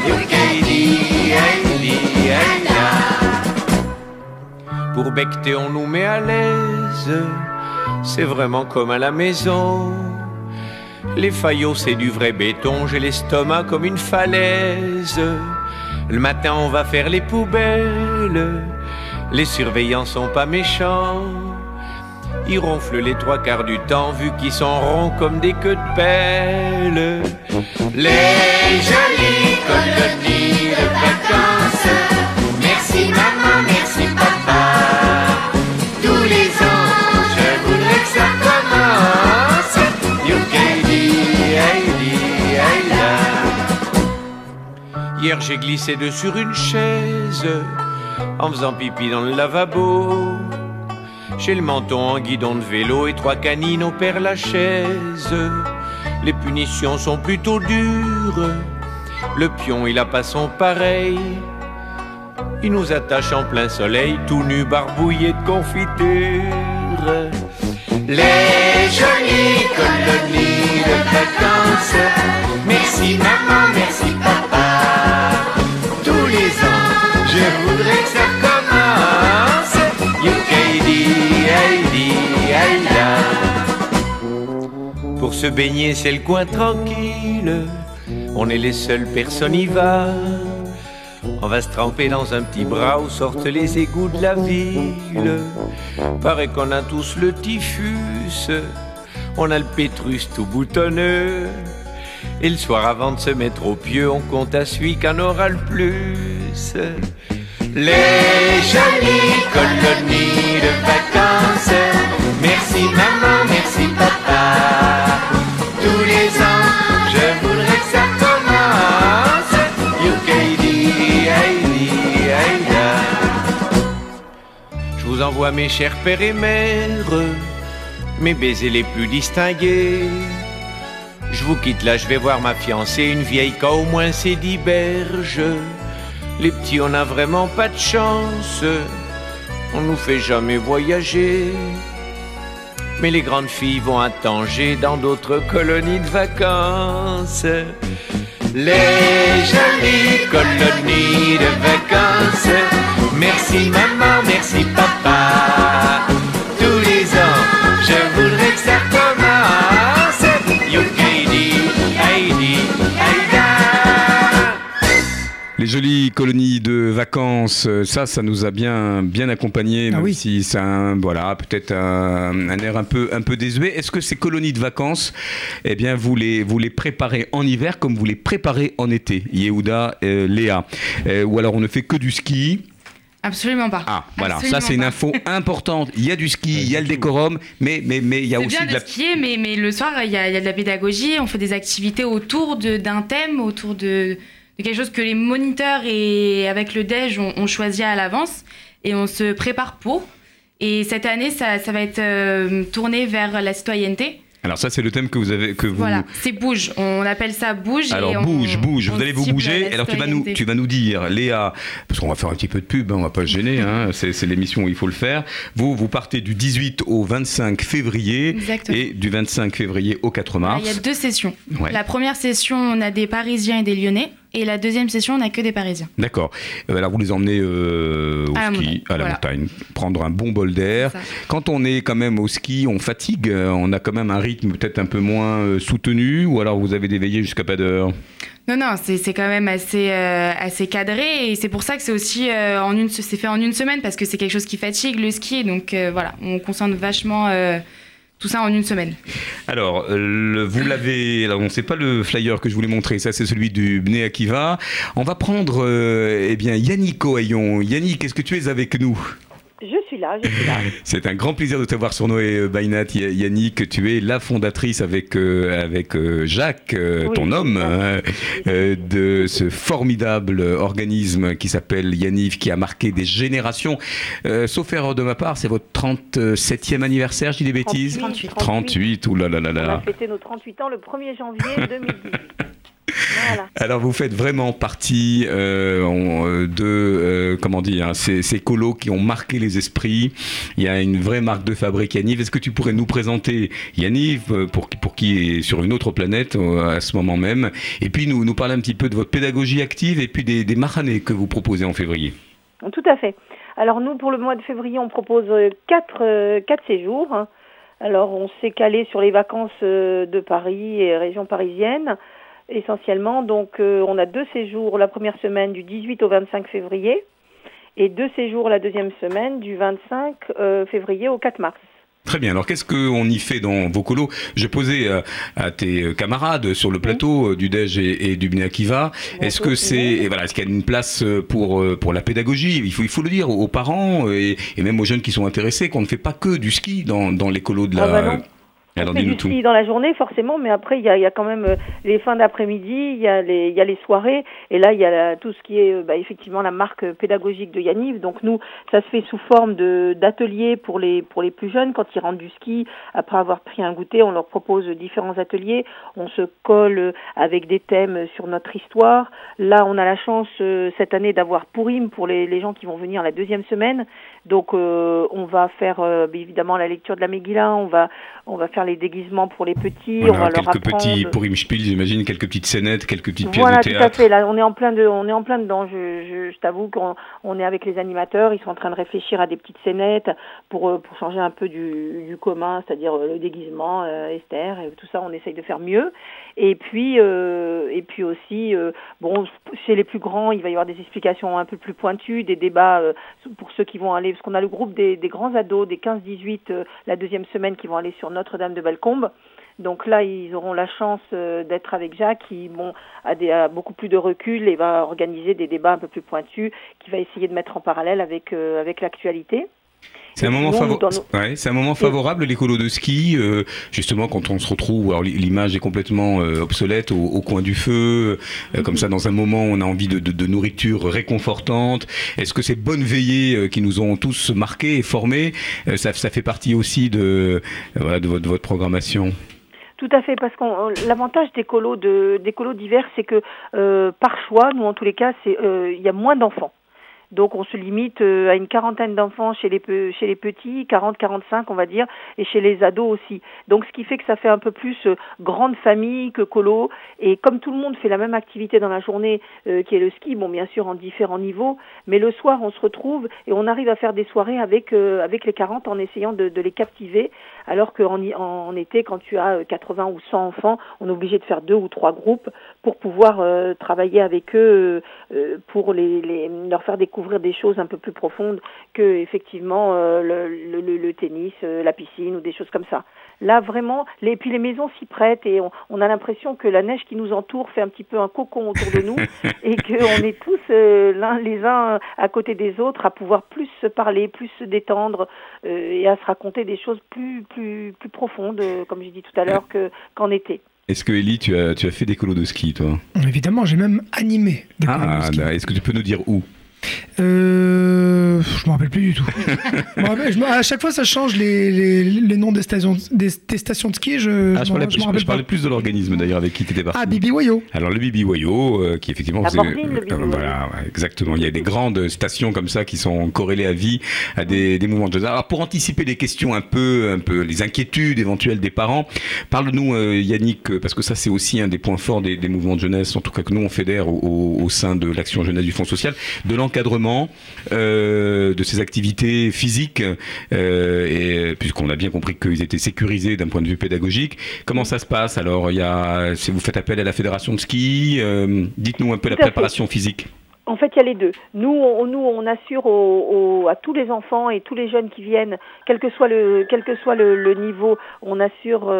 Pour becter, on nous met à l'aise. C'est vraiment comme à la maison. Les faillots, c'est du vrai béton. J'ai l'estomac comme une falaise. Le matin, on va faire les poubelles. Les surveillants sont pas méchants. Ils ronflent les 3/4 du temps, vu qu'ils sont ronds comme des queues de pelle. Les jolies colonies de vacances. Merci maman, merci papa. Tous les ans, je voudrais que ça commence. Hier, j'ai glissé sur une chaise. en faisant pipi dans le lavabo. J'ai le menton en guidon de vélo et 3 canines au Père-Lachaise. Les punitions sont plutôt dures, le pion il a pas son pareil. Il nous attache en plein soleil, tout nu, barbouillé de confiture. Les jolies colonies de vacances, merci maman, merci papa. Tous les ans, je voudrais que ça recommence. Youkaidi, Heidi, Aïda. Pour se baigner, c'est le coin tranquille. On est les seules personnes y va. On va se tremper dans un petit bras où sortent les égouts de la ville. Paraît qu'on a tous le typhus, on a le pétrus tout boutonneux. Et le soir avant de se mettre au pieu, on compte à celui qu'en aura le plus. Les jolies colonies de vacances, merci maman, merci papa. Tous les ans, je voudrais que ça commence. Youkaidi, Heidi, Aïda. Je vous envoie mes chers pères et mères, mes baisers les plus distingués. Je vous quitte là, je vais voir ma fiancée, une vieille qu'a au moins ses 10 berges. Les petits, on n'a vraiment pas de chance, on nous fait jamais voyager. Mais les grandes filles vont à Tanger, dans d'autres colonies de vacances. Les jolies colonies de vacances, merci maman, merci papa. Tous les ans, je voudrais que ça recommence. Youkaidi, Heidi, Aïda. Les jolies colonies de vacances, ça nous a bien accompagnés, même si c'est peut-être un air un peu désuet. Est-ce que ces colonies de vacances, eh bien, vous les préparez en hiver comme vous les préparez en été, Yehuda, Léa, ou alors on ne fait que du ski? Absolument pas. Ah, voilà, Absolument ça c'est une info importante. Il y a du ski, il y a le décorum, mais il y a aussi de la... skier, mais le soir, il y a de la pédagogie, on fait des activités autour d'un thème, autour de quelque chose que les moniteurs et avec le DEJ ont choisi à l'avance, et on se prépare pour. Et cette année, ça va être tourné vers la citoyenneté. Alors ça, c'est le thème que vous... Voilà, c'est bouge. On appelle ça bouge. Alors bouge. Vous allez vous bouger. Alors tu vas nous dire, Léa, parce qu'on va faire un petit peu de pub, on va pas se gêner. C'est l'émission où il faut le faire. Vous partez du 18 au 25 février. Exactement. Et du 25 février au 4 mars. Il y a 2 sessions. Ouais. La première session, on a des Parisiens et des Lyonnais. Et la deuxième session, on n'a que des Parisiens. D'accord. Alors vous les emmenez au ski, à la montagne, prendre un bon bol d'air. Quand on est quand même au ski, on fatigue, on a quand même un rythme peut-être un peu moins soutenu, ou alors vous avez des veillées jusqu'à pas d'heure? Non, c'est quand même assez cadré, et c'est pour ça que c'est aussi c'est fait en une semaine, parce que c'est quelque chose qui fatigue, le ski, donc voilà, on concentre vachement... tout ça en une semaine. Alors, vous l'avez... Alors, c'est pas le flyer que je voulais montrer, ça c'est celui du Bnei Akiva. On va prendre Yannick Ohayon. Yannick, est-ce que tu es avec nous ? Je suis là. C'est un grand plaisir de t'avoir sur Noé Bainat, Yannick. Tu es la fondatrice avec Jacques, ton homme, de ce formidable organisme qui s'appelle Yaniv, qui a marqué des générations. Sauf erreur de ma part, c'est votre 37e anniversaire, je dis des bêtises ? 38, oulalalala. On a fêté nos 38 ans le 1er janvier 2018. Voilà. Alors vous faites vraiment partie ces colos qui ont marqué les esprits. Il y a une vraie marque de fabrique, Yaniv. Est-ce que tu pourrais nous présenter Yaniv, pour qui est sur une autre planète à ce moment même, et puis nous parler un petit peu de votre pédagogie active et puis des mahanés que vous proposez en février? Tout à fait. Alors nous, pour le mois de février, on propose 4 séjours. Alors on s'est calé sur les vacances de Paris et région parisienne. Essentiellement, donc on a 2 séjours la première semaine du 18 au 25 février et 2 séjours la deuxième semaine du 25 février au 4 mars. Très bien, alors qu'est-ce qu'on y fait dans vos colos? J'ai posé à tes camarades sur le plateau du DEJ et du Bnei Akiva, est-ce qu'il y a une place pour la pédagogie? Il faut le dire aux parents et même aux jeunes qui sont intéressés, qu'on ne fait pas que du ski dans les colos de la... Alors, on fait du ski dans la journée, forcément, mais après, il y a quand même les fins d'après-midi, il y a les soirées, et là, il y a tout ce qui est effectivement la marque pédagogique de Yaniv. Donc nous, ça se fait sous forme d'ateliers pour les plus jeunes. Quand ils rentrent du ski, après avoir pris un goûter, on leur propose différents ateliers. On se colle avec des thèmes sur notre histoire. Là, on a la chance cette année d'avoir Pourim pour les gens qui vont venir la deuxième semaine. Donc on va faire évidemment la lecture de la Megillah, on va faire les déguisements pour les petits, voilà, on va leur apprendre. Quelques petits Pourim Spiel, j'imagine, quelques petites scénettes, quelques petites pièces voilà, de théâtre. Voilà, tout à fait. Là, on est en plein dedans. Je t'avoue qu'on est avec les animateurs, ils sont en train de réfléchir à des petites scénettes pour changer un peu du commun, c'est-à-dire le déguisement, Esther, et tout ça, on essaye de faire mieux. Et puis aussi, chez les plus grands, il va y avoir des explications un peu plus pointues, des débats pour ceux qui vont aller, parce qu'on a le groupe des grands ados, des 15-18, la deuxième semaine, qui vont aller sur Notre-Dame de Bellecombe. Donc là, ils auront la chance d'être avec Jacques, qui a beaucoup plus de recul et va organiser des débats un peu plus pointus, qui va essayer de mettre en parallèle avec l'actualité. C'est un moment favorable, les colos de ski, justement quand on se retrouve, alors l'image est complètement obsolète, au coin du feu, comme ça dans un moment où on a envie de nourriture réconfortante. Est-ce que ces bonnes veillées qui nous ont tous marqués et formés, ça fait partie aussi de votre programmation ? Tout à fait, parce que l'avantage des colos d'hiver, c'est que par choix, nous en tous les cas, il y a moins d'enfants. Donc on se limite à une quarantaine d'enfants chez les petits, 40-45 on va dire, et chez les ados aussi. Donc ce qui fait que ça fait un peu plus grande famille que colo. Et comme tout le monde fait la même activité dans la journée, qui est le ski, bien sûr en différents niveaux, mais le soir on se retrouve et on arrive à faire des soirées avec les 40 en essayant de les captiver, alors qu'en été, quand tu as 80 ou 100 enfants, on est obligé de faire 2 ou 3 groupes pour pouvoir travailler avec eux, pour leur faire découvrir des choses un peu plus profondes que effectivement le tennis, la piscine ou des choses comme ça. Là vraiment, puis les maisons s'y prêtent et on a l'impression que la neige qui nous entoure fait un petit peu un cocon autour de nous et qu'on est tous les uns à côté des autres à pouvoir plus se parler, plus se détendre et à se raconter des choses plus profondes, comme j'ai dit tout à l'heure, qu'en été. Est-ce que Élie, tu as fait des colos de ski, toi ? Évidemment, j'ai même animé des colos de ski. Est-ce que tu peux nous dire où ? Je me rappelle plus du tout. À chaque fois, ça change les noms des stations de ski. Je parlais plus de l'organisme d'ailleurs avec qui tu étais parti. Bibi Wayo. Alors le Bibi Wayo, qui effectivement voilà, exactement. Il y a des grandes stations comme ça qui sont corrélées à vie à des mouvements de jeunesse. Alors pour anticiper les questions un peu les inquiétudes éventuelles des parents, parle-nous Yannick, parce que ça c'est aussi un des points forts des mouvements de jeunesse, en tout cas que nous on fédère au sein de l'action jeunesse du Fonds social, de l'encadrement de ces activités physiques, et puisqu'on a bien compris qu'ils étaient sécurisés d'un point de vue pédagogique. Comment ça se passe alors ? Si vous faites appel à la fédération de ski, dites-nous un peu la préparation physique. En fait, il y a les deux. Nous, on assure à tous les enfants et tous les jeunes qui viennent, quel que soit le niveau, on assure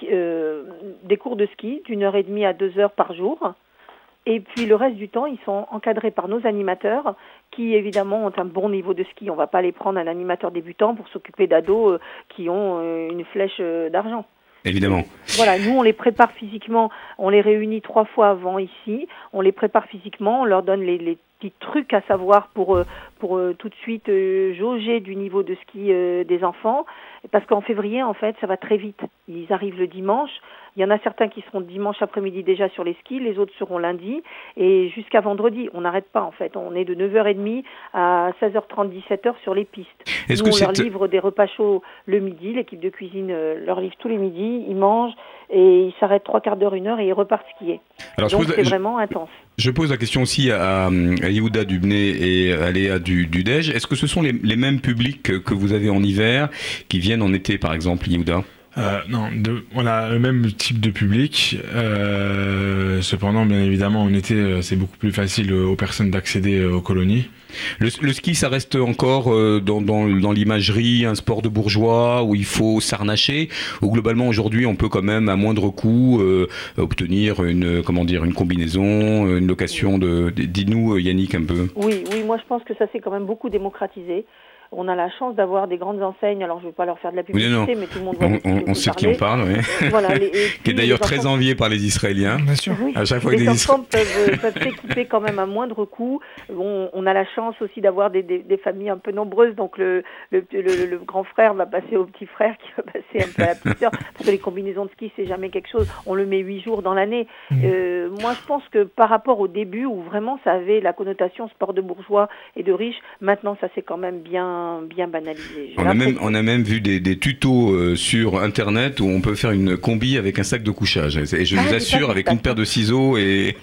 des cours de ski d'1h30 à 2h par jour. Et puis le reste du temps, ils sont encadrés par nos animateurs qui évidemment ont un bon niveau de ski. On ne va pas les prendre un animateur débutant pour s'occuper d'ados qui ont une flèche d'argent. Évidemment. Voilà, nous on les prépare physiquement, on les réunit 3 fois avant ici, on les prépare physiquement, on leur donne les petits trucs à savoir pour tout de suite jauger du niveau de ski des enfants, parce qu'en février en fait ça va très vite. Ils arrivent le dimanche. Il y en a certains qui seront dimanche après-midi déjà sur les skis, les autres seront lundi, et jusqu'à vendredi. On n'arrête pas en fait. On est de 9h30 à 16h30, 17h sur les pistes. Nous, on leur livre des repas chauds le midi. L'équipe de cuisine leur livre tous les midis. Ils mangent et ils s'arrêtent 3/4 d'heure, 1 heure et ils repartent skier. Alors, donc c'est vraiment intense. Je pose la question aussi à Yehuda Dubné et à Léa Dudège. Est-ce que ce sont les mêmes publics que vous avez en hiver qui viennent en été par exemple, Yehuda ? Non, on a le même type de public. Cependant, bien évidemment, en été, c'est beaucoup plus facile aux personnes d'accéder aux colonies. Le ski, ça reste encore dans l'imagerie un sport de bourgeois où il faut s'harnacher, ou globalement aujourd'hui on peut quand même à moindre coût obtenir une combinaison, une location de... Dis-nous Yannick un peu. Oui, moi je pense que ça s'est quand même beaucoup démocratisé. on a la chance d'avoir des grandes enseignes. Alors, je ne vais pas leur faire de la publicité, mais tout le monde voit on sait de qui on parle, oui. Voilà, qui est d'ailleurs très envié par les Israéliens. Bien sûr. Oui. À chaque fois les enfants peuvent s'équiper quand même à moindre coût. Bon, on a la chance aussi d'avoir des familles un peu nombreuses, donc le grand frère va passer au petit frère qui va passer un peu à la petite sœur, parce que les combinaisons de ski, c'est jamais quelque chose. On le met 8 jours dans l'année. Moi, je pense que par rapport au début, où vraiment ça avait la connotation sport de bourgeois et de riches, maintenant ça s'est quand même bien banalisé. On a même vu des tutos sur Internet où on peut faire une combi avec un sac de couchage. Et je vous assure, avec une paire de ciseaux et...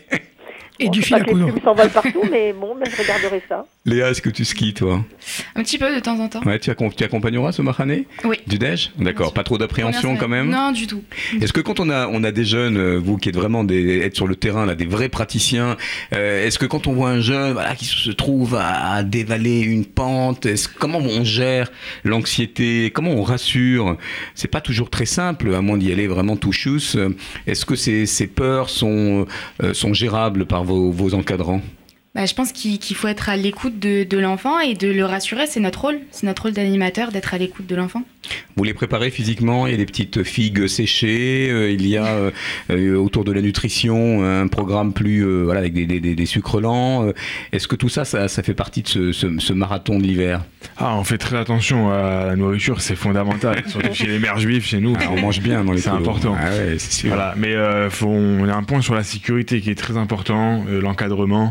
Et du fil à coudre. Les pubs s'envolent partout, mais bon, je regarderai ça. Léa, est-ce que tu skis, toi ? Un petit peu, de temps en temps. Ouais, tu accompagneras ce Mahané ? Oui. Du déj ? D'accord, pas trop d'appréhension quand même ? Non, du tout. Est-ce que quand on a des jeunes, vous qui êtes vraiment être sur le terrain, là, des vrais praticiens, est-ce que quand on voit un jeune qui se trouve à dévaler une pente, comment on gère l'anxiété ? Comment on rassure ? C'est pas toujours très simple, à moins d'y aller vraiment tout chousse. Est-ce que ces peurs sont gérables par vos encadrants ? Je pense qu'il faut être à l'écoute de l'enfant et de le rassurer. C'est notre rôle d'animateur d'être à l'écoute de l'enfant. Vous les préparez physiquement, il y a des petites figues séchées, il y a autour de la nutrition un programme plus avec des sucres lents. Est-ce que tout ça fait partie de ce marathon de l'hiver ? On fait très attention à la nourriture, c'est fondamental, surtout chez les mères juives, chez nous. On mange bien dans les c'est important. Ah ouais, c'est sûr. Voilà, mais on a un point sur la sécurité qui est très important, l'encadrement.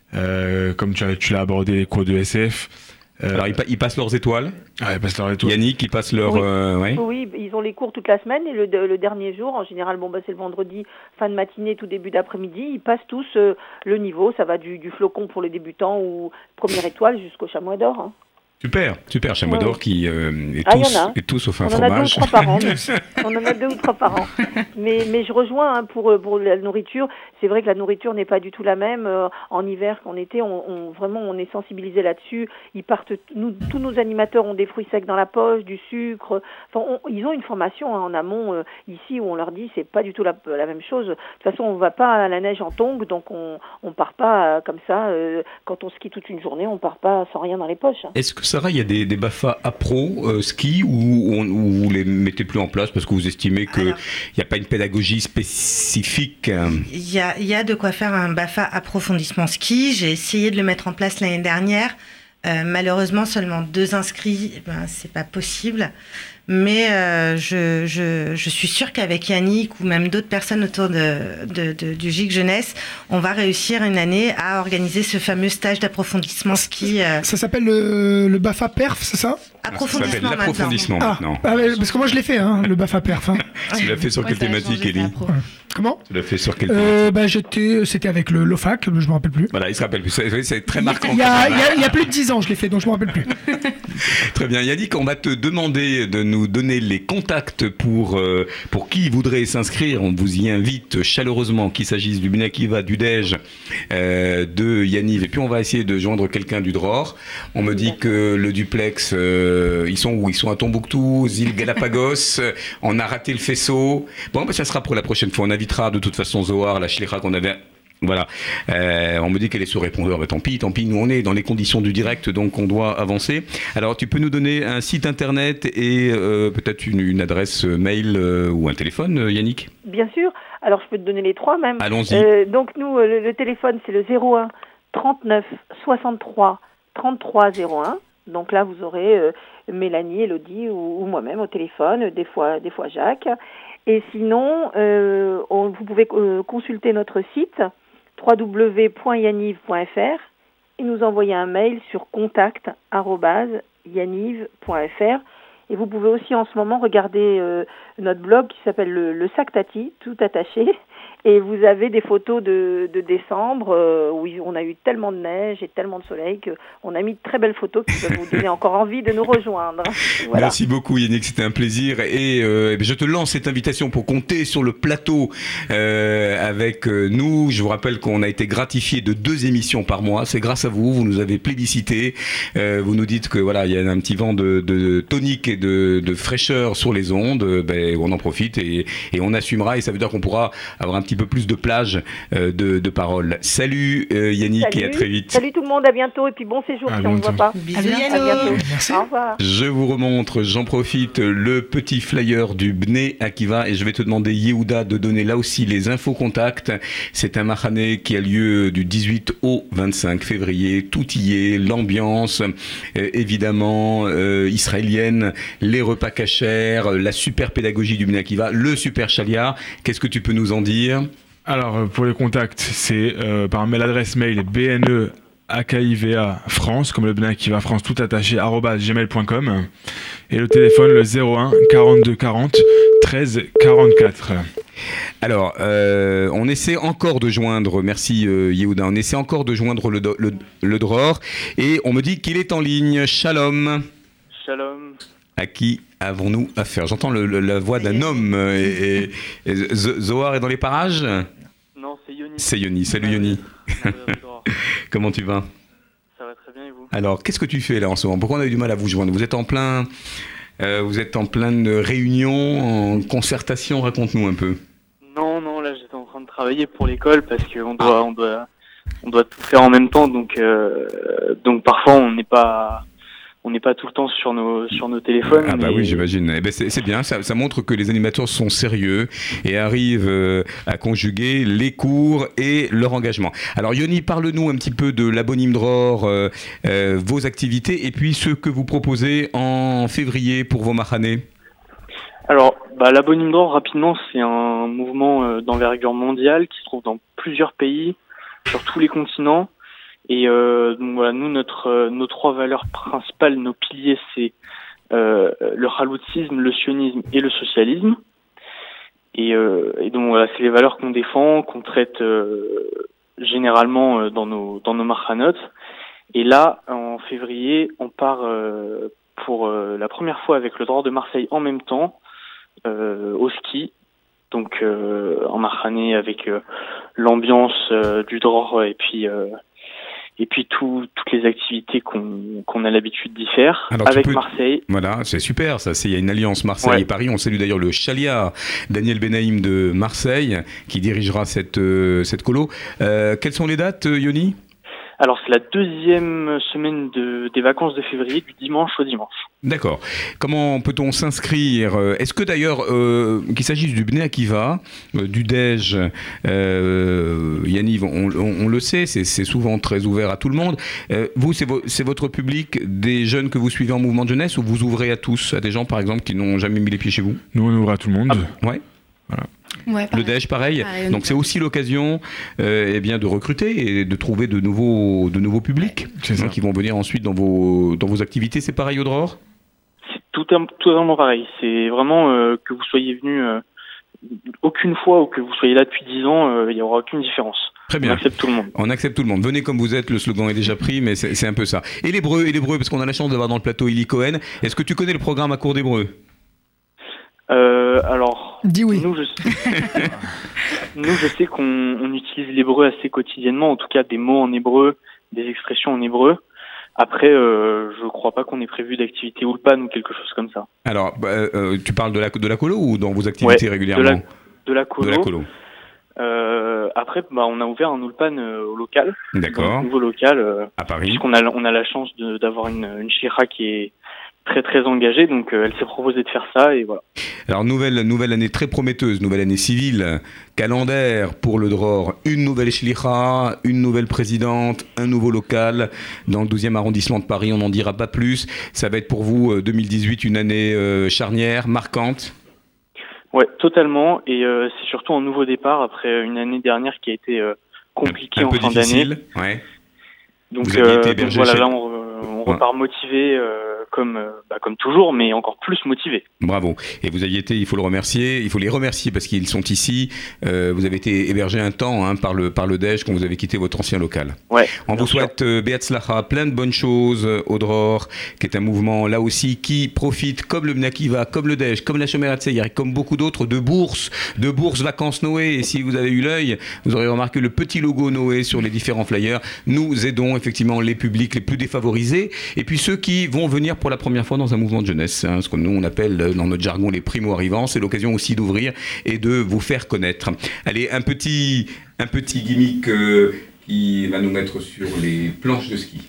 Comme tu l'as abordé, les cours de SF. Alors ils passent leurs étoiles. Ils passent leurs étoiles. Yannick, ils passent leur. Oui, ils ont les cours toute la semaine et le dernier jour, en général, c'est le vendredi, fin de matinée, tout début d'après-midi, ils passent tous le niveau. Ça va du flocon pour les débutants ou première étoile jusqu'au chamois d'or. Hein. Super, chamois d'or qui est tous au fin fromage. On en a 2 ou 3 par an. Mais je rejoins pour la nourriture. C'est vrai que la nourriture n'est pas du tout la même en hiver qu'en été. On est sensibilisé là-dessus. Tous nos animateurs ont des fruits secs dans la poche, du sucre. Ils ont une formation en amont ici où on leur dit c'est pas du tout la même chose. De toute façon, on va pas à la neige en tongs, donc on part pas comme ça. Quand on skie toute une journée, on part pas sans rien dans les poches. Est-ce que Sarah, il y a des BAFA appro ski ou vous les mettez plus en place parce que vous estimez qu'il n'y a pas une pédagogie spécifique? Il y a de quoi faire un BAFA approfondissement ski. J'ai essayé de le mettre en place l'année dernière. Malheureusement, seulement 2 inscrits, c'est pas possible. Mais je suis sûre qu'avec Yannick ou même d'autres personnes autour du GIC Jeunesse, on va réussir une année à organiser ce fameux stage d'approfondissement ski. Ça s'appelle le BAFA Perf, c'est ça? L'approfondissement maintenant. Parce que moi je l'ai fait, le BAFA Perf. Tu l'as fait sur quelle thématique, Elie? Comment? Tu l'as fait sur quelle thématique? C'était avec le LOFAC, je me rappelle plus. Voilà, il se rappelle plus. C'est très marquant. Il y a plus de 10 ans je l'ai fait, donc je me rappelle plus. Très bien, Yannick, on va te demander de nous donner les contacts pour qui voudrait s'inscrire. On vous y invite chaleureusement, qu'il s'agisse du Bunakiva, du Dej, de Yaniv, et puis on va essayer de joindre quelqu'un du Dror. On me dit que le duplex, ils sont où? Ils sont à Tombouctou, aux îles Galapagos. On a raté le faisceau. Bon, ça sera pour la prochaine fois. On invitera de toute façon Zohar, la Shlicha qu'on avait. Voilà, on me dit qu'elle est sur répondeur, tant pis, nous on est dans les conditions du direct, donc on doit avancer. Alors tu peux nous donner un site internet et peut-être une adresse mail ou un téléphone, Yannick? Bien sûr, alors je peux te donner les 3 même. Allons-y. Donc nous, le téléphone c'est le 01 39 63 33 01, donc là vous aurez Mélanie, Elodie ou moi-même au téléphone, des fois Jacques. Et sinon, vous pouvez consulter notre site www.yaniv.fr et nous envoyer un mail sur contact@yaniv.fr. Et vous pouvez aussi en ce moment regarder notre blog qui s'appelle le Sac Tati, tout attaché. Et vous avez des photos de décembre où on a eu tellement de neige et tellement de soleil qu'on a mis de très belles photos qui peuvent vous donner encore envie de nous rejoindre. Voilà. Merci beaucoup Yannick, c'était un plaisir. Et je te lance cette invitation pour compter sur le plateau avec nous. Je vous rappelle qu'on a été gratifié de 2 émissions par mois. C'est grâce à vous, vous nous avez plébiscité. Vous nous dites que voilà, il y a un petit vent de tonique et de fraîcheur sur les ondes. On en profite et on assumera. Et ça veut dire qu'on pourra avoir un petit petit peu plus de plage de parole. Salut Yannick et à très vite. Salut tout le monde, à bientôt et puis bon séjour si on ne voit pas. Bisous. À bientôt. Merci. Au revoir. Je vous remontre, j'en profite, le petit flyer du Bnei Akiva et je vais te demander, Yehuda, de donner là aussi les infos contacts. C'est un mahané qui a lieu du 18 au 25 février. Tout y est, l'ambiance, évidemment, israélienne, les repas cachers, la super pédagogie du Bnei Akiva, le super chalia. Qu'est-ce que tu peux nous en dire ? Alors, pour les contacts, c'est par l'adresse mail bne@akiva France, comme le Bnei Akiva France, tout attaché, @gmail.com. Et le téléphone, le 01 42 40 13 44. Alors, on essaie encore de joindre, merci Yehuda, on essaie encore de joindre le Dror et on me dit qu'il est en ligne. Shalom. Shalom. À qui avons-nous affaire ? J'entends la voix d'un homme et Zohar est dans les parages ? Non, c'est Yoni. C'est Yoni. Salut Yoni. Comment tu vas ? Ça va très bien et vous ? Alors, qu'est-ce que tu fais là en ce moment ? Pourquoi on a eu du mal à vous joindre ? Vous êtes en pleine réunion, en concertation, raconte-nous un peu. Non, là j'étais en train de travailler pour l'école parce qu'on doit tout faire en même temps, donc parfois on n'est pas tout le temps sur nos téléphones. Ah bah oui, j'imagine. Eh ben c'est bien, ça montre que les animateurs sont sérieux et arrivent à conjuguer les cours et leur engagement. Alors Yoni, parle-nous un petit peu de l'Abonim Dror, vos activités et puis ce que vous proposez en février pour vos mahanés. Alors, l'Abonim Dror, rapidement, c'est un mouvement d'envergure mondiale qui se trouve dans plusieurs pays, sur tous les continents. Et donc voilà, nous, nos trois valeurs principales, nos piliers, c'est le chaloutisme, le sionisme et le socialisme. Et donc voilà, c'est les valeurs qu'on défend, qu'on traite généralement dans nos machanot. Et là, en février, on part pour la première fois avec le Dror de Marseille en même temps, au ski. Donc en machané avec l'ambiance du Dror et puis toutes les activités qu'on a l'habitude d'y faire. Alors, avec Marseille. Voilà, c'est super, ça. Il y a une alliance Marseille et Paris. On salue d'ailleurs le Chalia Daniel Benaïm de Marseille qui dirigera cette colo. Quelles sont les dates, Yoni ? Alors, c'est la deuxième semaine des vacances de février, du dimanche au dimanche. D'accord. Comment peut-on s'inscrire ? Est-ce que d'ailleurs, qu'il s'agisse du Bnei Akiva, du DEJ, Yaniv, on le sait, c'est souvent très ouvert à tout le monde. Vous, c'est votre public, des jeunes que vous suivez en mouvement de jeunesse, ou vous ouvrez à tous, à des gens par exemple qui n'ont jamais mis les pieds chez vous ? Nous, on ouvre à tout le monde. Ouais. Voilà. Ouais, le DEJ, pareil. Donc c'est aussi l'occasion de recruter et de trouver de nouveaux publics qui vont venir ensuite dans vos activités. C'est pareil au Dror ? C'est totalement pareil. C'est vraiment que vous soyez venu aucune fois ou que vous soyez là depuis 10 ans, il n'y aura aucune différence. Très bien. On accepte tout le monde. On accepte tout le monde. Venez comme vous êtes, le slogan est déjà pris, mais c'est un peu ça. Et l'hébreu, parce qu'on a la chance d'avoir dans le plateau Eli Cohen. Est-ce que tu connais le programme à cours d'hébreu ? Alors, dis oui. Nous, je sais qu'on utilise l'hébreu assez quotidiennement, en tout cas des mots en hébreu, des expressions en hébreu. Après, je crois pas qu'on ait prévu d'activité Ulpan ou quelque chose comme ça. Alors, tu parles de la colo ou dans vos activités régulièrement ? De la colo. De la colo. Après, on a ouvert un Ulpan au local. D'accord. Un nouveau local. À Paris. Puisqu'on a la chance d'avoir une shira qui est très très engagée, donc elle s'est proposée de faire ça et voilà. Alors nouvelle année très prometteuse, nouvelle année civile, calendaire pour le Dror, une nouvelle shlicha, une nouvelle présidente, un nouveau local dans le 12e arrondissement de Paris, on n'en dira pas plus. Ça va être pour vous 2018 une année charnière, marquante. Ouais, totalement, et c'est surtout un nouveau départ après une année dernière qui a été compliquée en fin d'année. Ouais. Donc, voilà, là on repart motivé comme toujours, mais encore plus motivé. Bravo. Et vous aviez été, il faut les remercier parce qu'ils sont ici. Vous avez été hébergé un temps par le DEJ quand vous avez quitté votre ancien local. Ouais. On vous souhaite Beatzlacha, plein de bonnes choses au Dror, qui est un mouvement là aussi qui profite, comme le Bnei Akiva, comme le DEJ, comme la Shomer Hatzair et comme beaucoup d'autres, de bourses vacances Noé. Et si vous avez eu l'œil, vous aurez remarqué le petit logo Noé sur les différents flyers. Nous aidons effectivement les publics les plus défavorisés scolarisés, et puis ceux qui vont venir pour la première fois dans un mouvement de jeunesse, ce que nous on appelle dans notre jargon les primo-arrivants. C'est l'occasion aussi d'ouvrir et de vous faire connaître. Allez, un petit gimmick qui va nous mettre sur les planches de ski.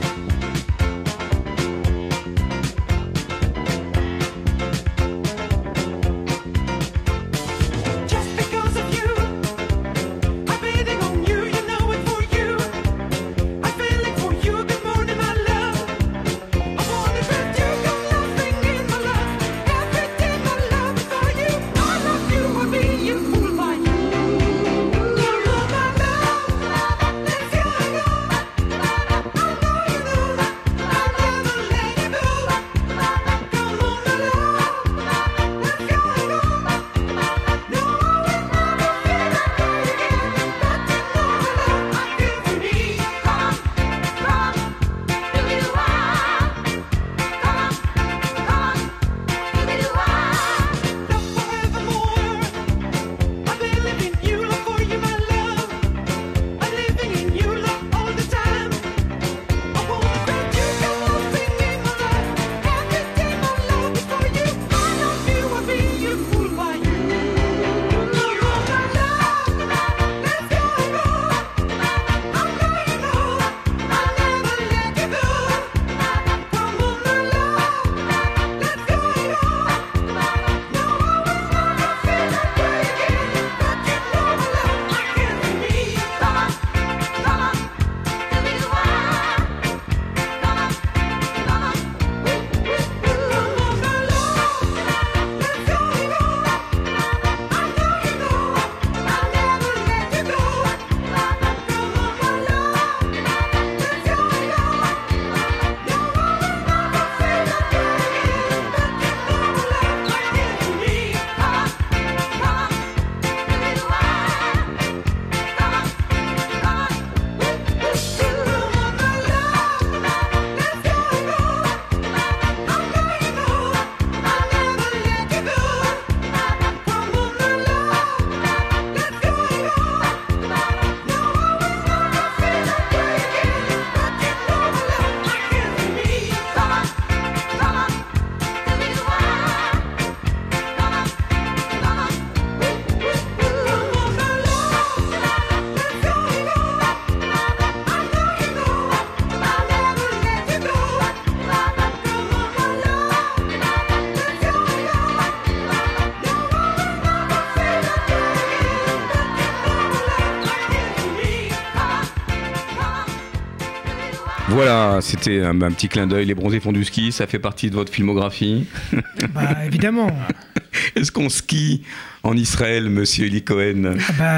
Voilà, c'était un petit clin d'œil. Les bronzés font du ski, ça fait partie de votre filmographie. Bah, évidemment. Est-ce qu'on skie en Israël, monsieur Eli Cohen?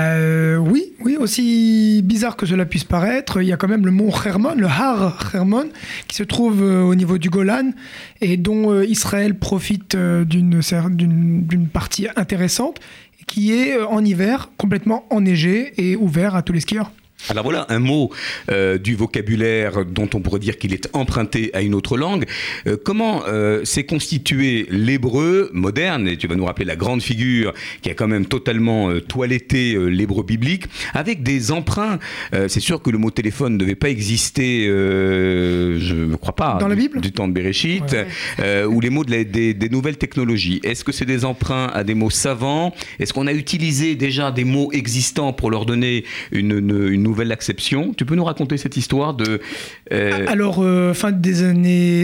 Oui, aussi bizarre que cela puisse paraître, il y a quand même le mont Hermon, le Har Hermon, qui se trouve au niveau du Golan et dont Israël profite d'une partie intéressante, qui est en hiver complètement enneigé et ouvert à tous les skieurs. Alors voilà un mot du vocabulaire dont on pourrait dire qu'il est emprunté à une autre langue. Comment s'est constitué l'hébreu moderne, et tu vas nous rappeler la grande figure qui a quand même totalement toiletté l'hébreu biblique, avec des emprunts. C'est sûr que le mot téléphone ne devait pas exister, je ne crois pas, dans la Bible, du temps de Béréchit, ou les mots des nouvelles technologies. Est-ce que c'est des emprunts à des mots savants? Est-ce qu'on a utilisé déjà des mots existants pour leur donner une nouvelle acception? Tu peux nous raconter cette histoire de... Alors, fin des années...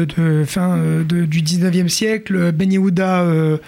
du 19e siècle, Ben Yehuda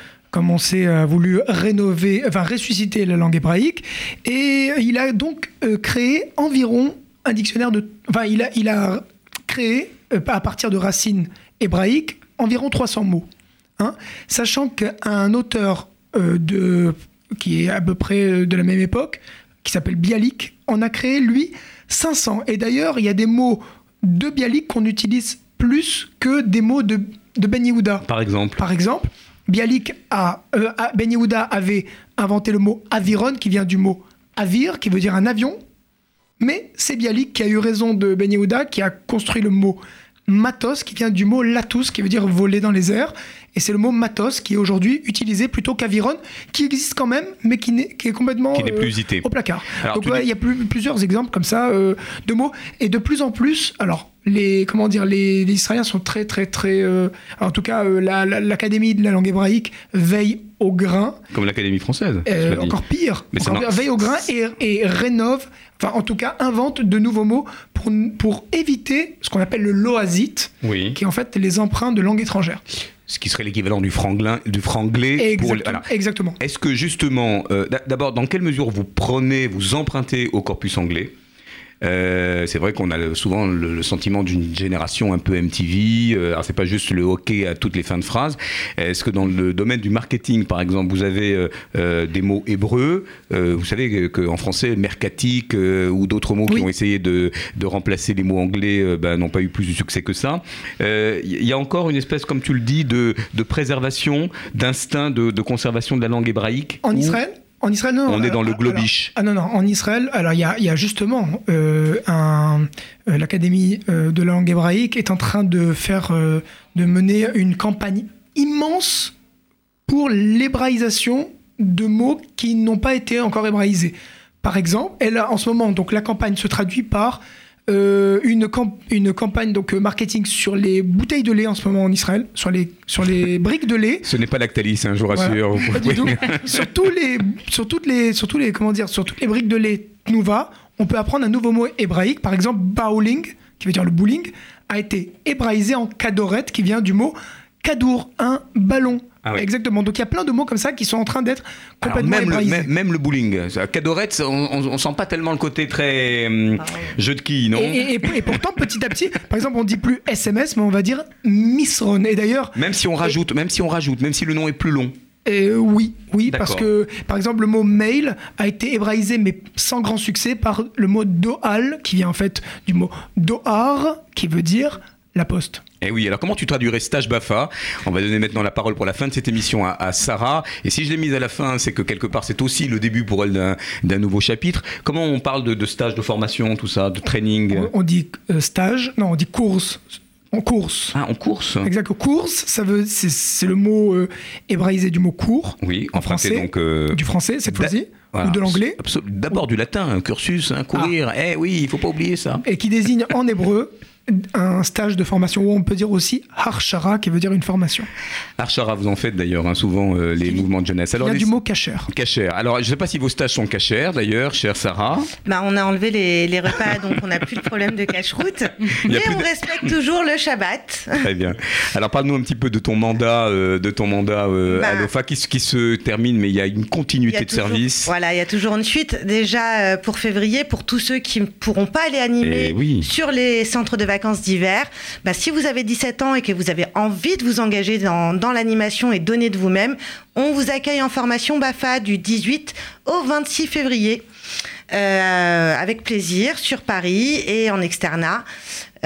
a voulu ressusciter la langue hébraïque, et il a donc créé environ un dictionnaire de... il a créé, à partir de racines hébraïques, environ 300 mots. Sachant qu'un auteur qui est à peu près de la même époque, qui s'appelle Bialik, en a créé, lui, 500. Et d'ailleurs, il y a des mots de Bialik qu'on utilise plus que des mots de Ben Yehuda. Par exemple, Bialik Ben Yehuda avait inventé le mot aviron, qui vient du mot avir, qui veut dire un avion. Mais c'est Bialik qui a eu raison de Ben Yehuda, qui a construit le mot matos, qui vient du mot latus, qui veut dire voler dans les airs. Et c'est le mot matos qui est aujourd'hui utilisé plutôt qu'aviron, qui existe quand même, mais qui est complètement qui n'est plus usité au placard. Alors, donc il y a plusieurs exemples comme ça de mots. Et de plus en plus, alors les Israéliens sont très, très, très... en tout cas, l'Académie de la langue hébraïque veille au grain. Comme l'Académie française. Encore pire. Veille au grain et rénove, enfin, en tout cas, invente de nouveaux mots pour éviter ce qu'on appelle le loazite, qui est en fait les emprunts de langue étrangère. Ce qui serait l'équivalent du franglais. Exactement. Est-ce que justement, d'abord, dans quelle mesure vous empruntez au corpus anglais ? C'est vrai qu'on a souvent le sentiment d'une génération un peu MTV. Alors c'est pas juste le hockey à toutes les fins de phrase. Est-ce que dans le domaine du marketing, par exemple, vous avez des mots hébreux, vous savez qu'en français, mercatique ou d'autres mots qui ont essayé de remplacer les mots anglais n'ont pas eu plus de succès que ça. Il y a encore une espèce, comme tu le dis, de préservation, d'instinct de conservation de la langue hébraïque. En Israël ? En Israël, non. On est dans le globish. Non. En Israël, alors il y a justement l'Académie de la langue hébraïque est en train de mener une campagne immense pour l'hébraïsation de mots qui n'ont pas été encore hébraïsés. Par exemple, en ce moment, donc la campagne se traduit par une campagne marketing sur les bouteilles de lait en ce moment en Israël, sur les briques de lait. Ce n'est pas Lactalis, je vous rassure. Pas du tout. Sur toutes les briques de lait Tnuva, on peut apprendre un nouveau mot hébraïque. Par exemple, bowling, qui veut dire le bowling, a été hébraïsé en kadoret, qui vient du mot kadour, un ballon. Ah oui. Exactement. Donc il y a plein de mots comme ça qui sont en train d'être complètement hébraïsés. Même le bowling. Kadoret, on sent pas tellement le côté très jeu de quilles, non ? Et pourtant, petit à petit, par exemple, on dit plus SMS, mais on va dire misron. Et d'ailleurs... Même si on rajoute, même si le nom est plus long. Oui, parce que, par exemple, le mot mail a été hébraïsé, mais sans grand succès, par le mot dohal, qui vient en fait du mot dohar, qui veut dire la poste. Et oui, alors comment tu traduirais stage BAFA ? On va donner maintenant la parole pour la fin de cette émission à Sarah. Et si je l'ai mise à la fin, c'est que quelque part, c'est aussi le début pour elle d'un nouveau chapitre. Comment on parle de stage, de formation, tout ça, de training ? On dit stage, non, on dit course. En course. Ah, en course. Exact. Course, c'est le mot hébraïsé du mot cours. Oui, en français donc. Du français cette fois-ci. Voilà. Ou de l'anglais. D'abord du latin, cursus, courir. Oui, il faut pas oublier ça. Et qui désigne en hébreu un stage de formation, où on peut dire aussi harshara, qui veut dire une formation. Harshara, vous en faites d'ailleurs souvent les mouvements de jeunesse. Alors, il y a du mot kasher. Kasher. Alors, je ne sais pas si vos stages sont kasher d'ailleurs, chère Sarah. On a enlevé les repas, donc on n'a plus le problème de cache-route. Mais on respecte toujours le Shabbat. Très bien. Alors, parle-nous un petit peu de ton mandat, à l'OFA qui se termine, mais il y a une continuité de service. Voilà, il y a toujours une suite. Déjà, pour février, pour tous ceux qui ne pourront pas aller animer sur les centres de vacances d'hiver, si vous avez 17 ans et que vous avez envie de vous engager dans l'animation et donner de vous-même, on vous accueille en formation BAFA du 18 au 26 février. Avec plaisir, sur Paris et en externat. On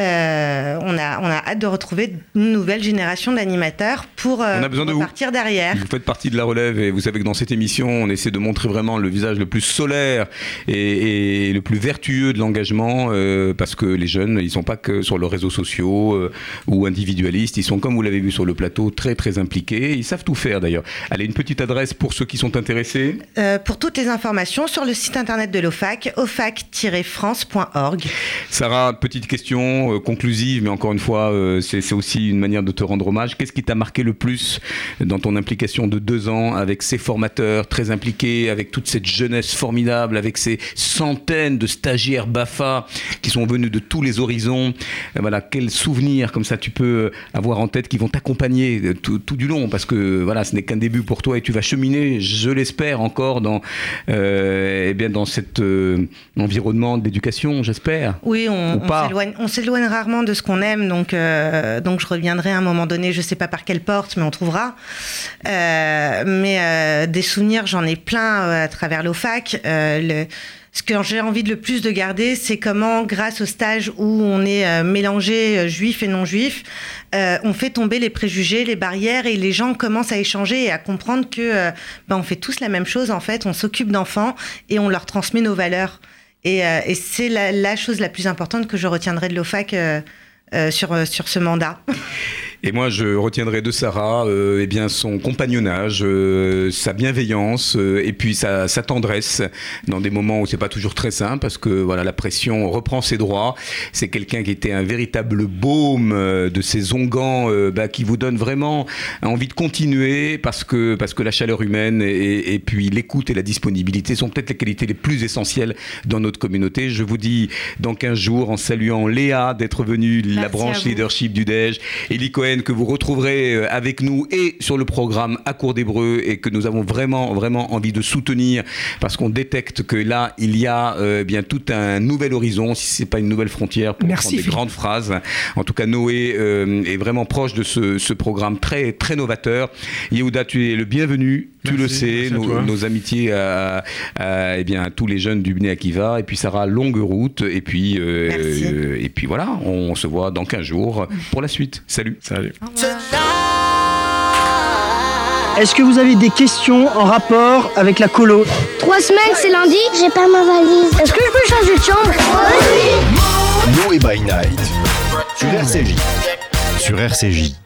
a hâte de retrouver une nouvelle génération d'animateurs pour partir derrière. Vous faites partie de la relève et vous savez que dans cette émission, on essaie de montrer vraiment le visage le plus solaire et le plus vertueux de l'engagement parce que les jeunes, ils ne sont pas que sur les réseaux sociaux ou individualistes, ils sont, comme vous l'avez vu sur le plateau, très très impliqués. Ils savent tout faire d'ailleurs. Allez, une petite adresse pour ceux qui sont intéressés. Pour toutes les informations sur le site internet de l'OFAC, ofac-france.org. Sarah, petite question conclusive, mais encore une fois, c'est aussi une manière de te rendre hommage. Qu'est-ce qui t'a marqué le plus dans ton implication de 2 ans avec ces formateurs très impliqués, avec toute cette jeunesse formidable, avec ces centaines de stagiaires BAFA qui sont venus de tous les horizons? Voilà, quels souvenirs comme ça tu peux avoir en tête qui vont t'accompagner tout du long, parce que voilà, ce n'est qu'un début pour toi et tu vas cheminer, je l'espère, encore dans cet environnement d'éducation, j'espère. Oui, on s'éloigne rarement de ce qu'on aime, donc je reviendrai à un moment donné, je ne sais pas par quelle porte, mais on trouvera. Mais des souvenirs, j'en ai plein à travers l'OFAC. Ce que j'ai envie le plus de garder, c'est comment, grâce au stage où on est mélangé juif et non-juif, on fait tomber les préjugés, les barrières, et les gens commencent à échanger et à comprendre que on fait tous la même chose, en fait. On s'occupe d'enfants et on leur transmet nos valeurs. Et c'est la chose la plus importante que je retiendrai de l'OFAC sur ce mandat. Et moi, je retiendrai de Sarah eh bien, son compagnonnage, sa bienveillance et puis sa tendresse dans des moments où c'est pas toujours très simple parce que voilà, la pression reprend ses droits. C'est quelqu'un qui était un véritable baume de ces onguents qui vous donne vraiment envie de continuer parce que la chaleur humaine et puis l'écoute et la disponibilité sont peut-être les qualités les plus essentielles dans notre communauté. Je vous dis dans 15 jours en saluant Léa d'être venue, la branche leadership du DEJ, Élie Cohen que vous retrouverez avec nous et sur le programme À Cours d'Hébreu et que nous avons vraiment envie de soutenir parce qu'on détecte que là il y a bien tout un nouvel horizon, si c'est pas une nouvelle frontière pour prendre des grandes phrases. En tout cas Noé est vraiment proche de ce programme très novateur. Yehuda, tu es le bienvenu. Tu le sais, nos amitiés à tous les jeunes du Bnei Akiva et puis Sarah, longue route et puis voilà, on se voit dans 15 jours pour la suite. Salut. Est-ce que vous avez des questions en rapport avec la colo? 3 semaines, c'est lundi, j'ai pas ma valise. Est-ce que je peux changer de chambre? Noé by Night sur RCJ.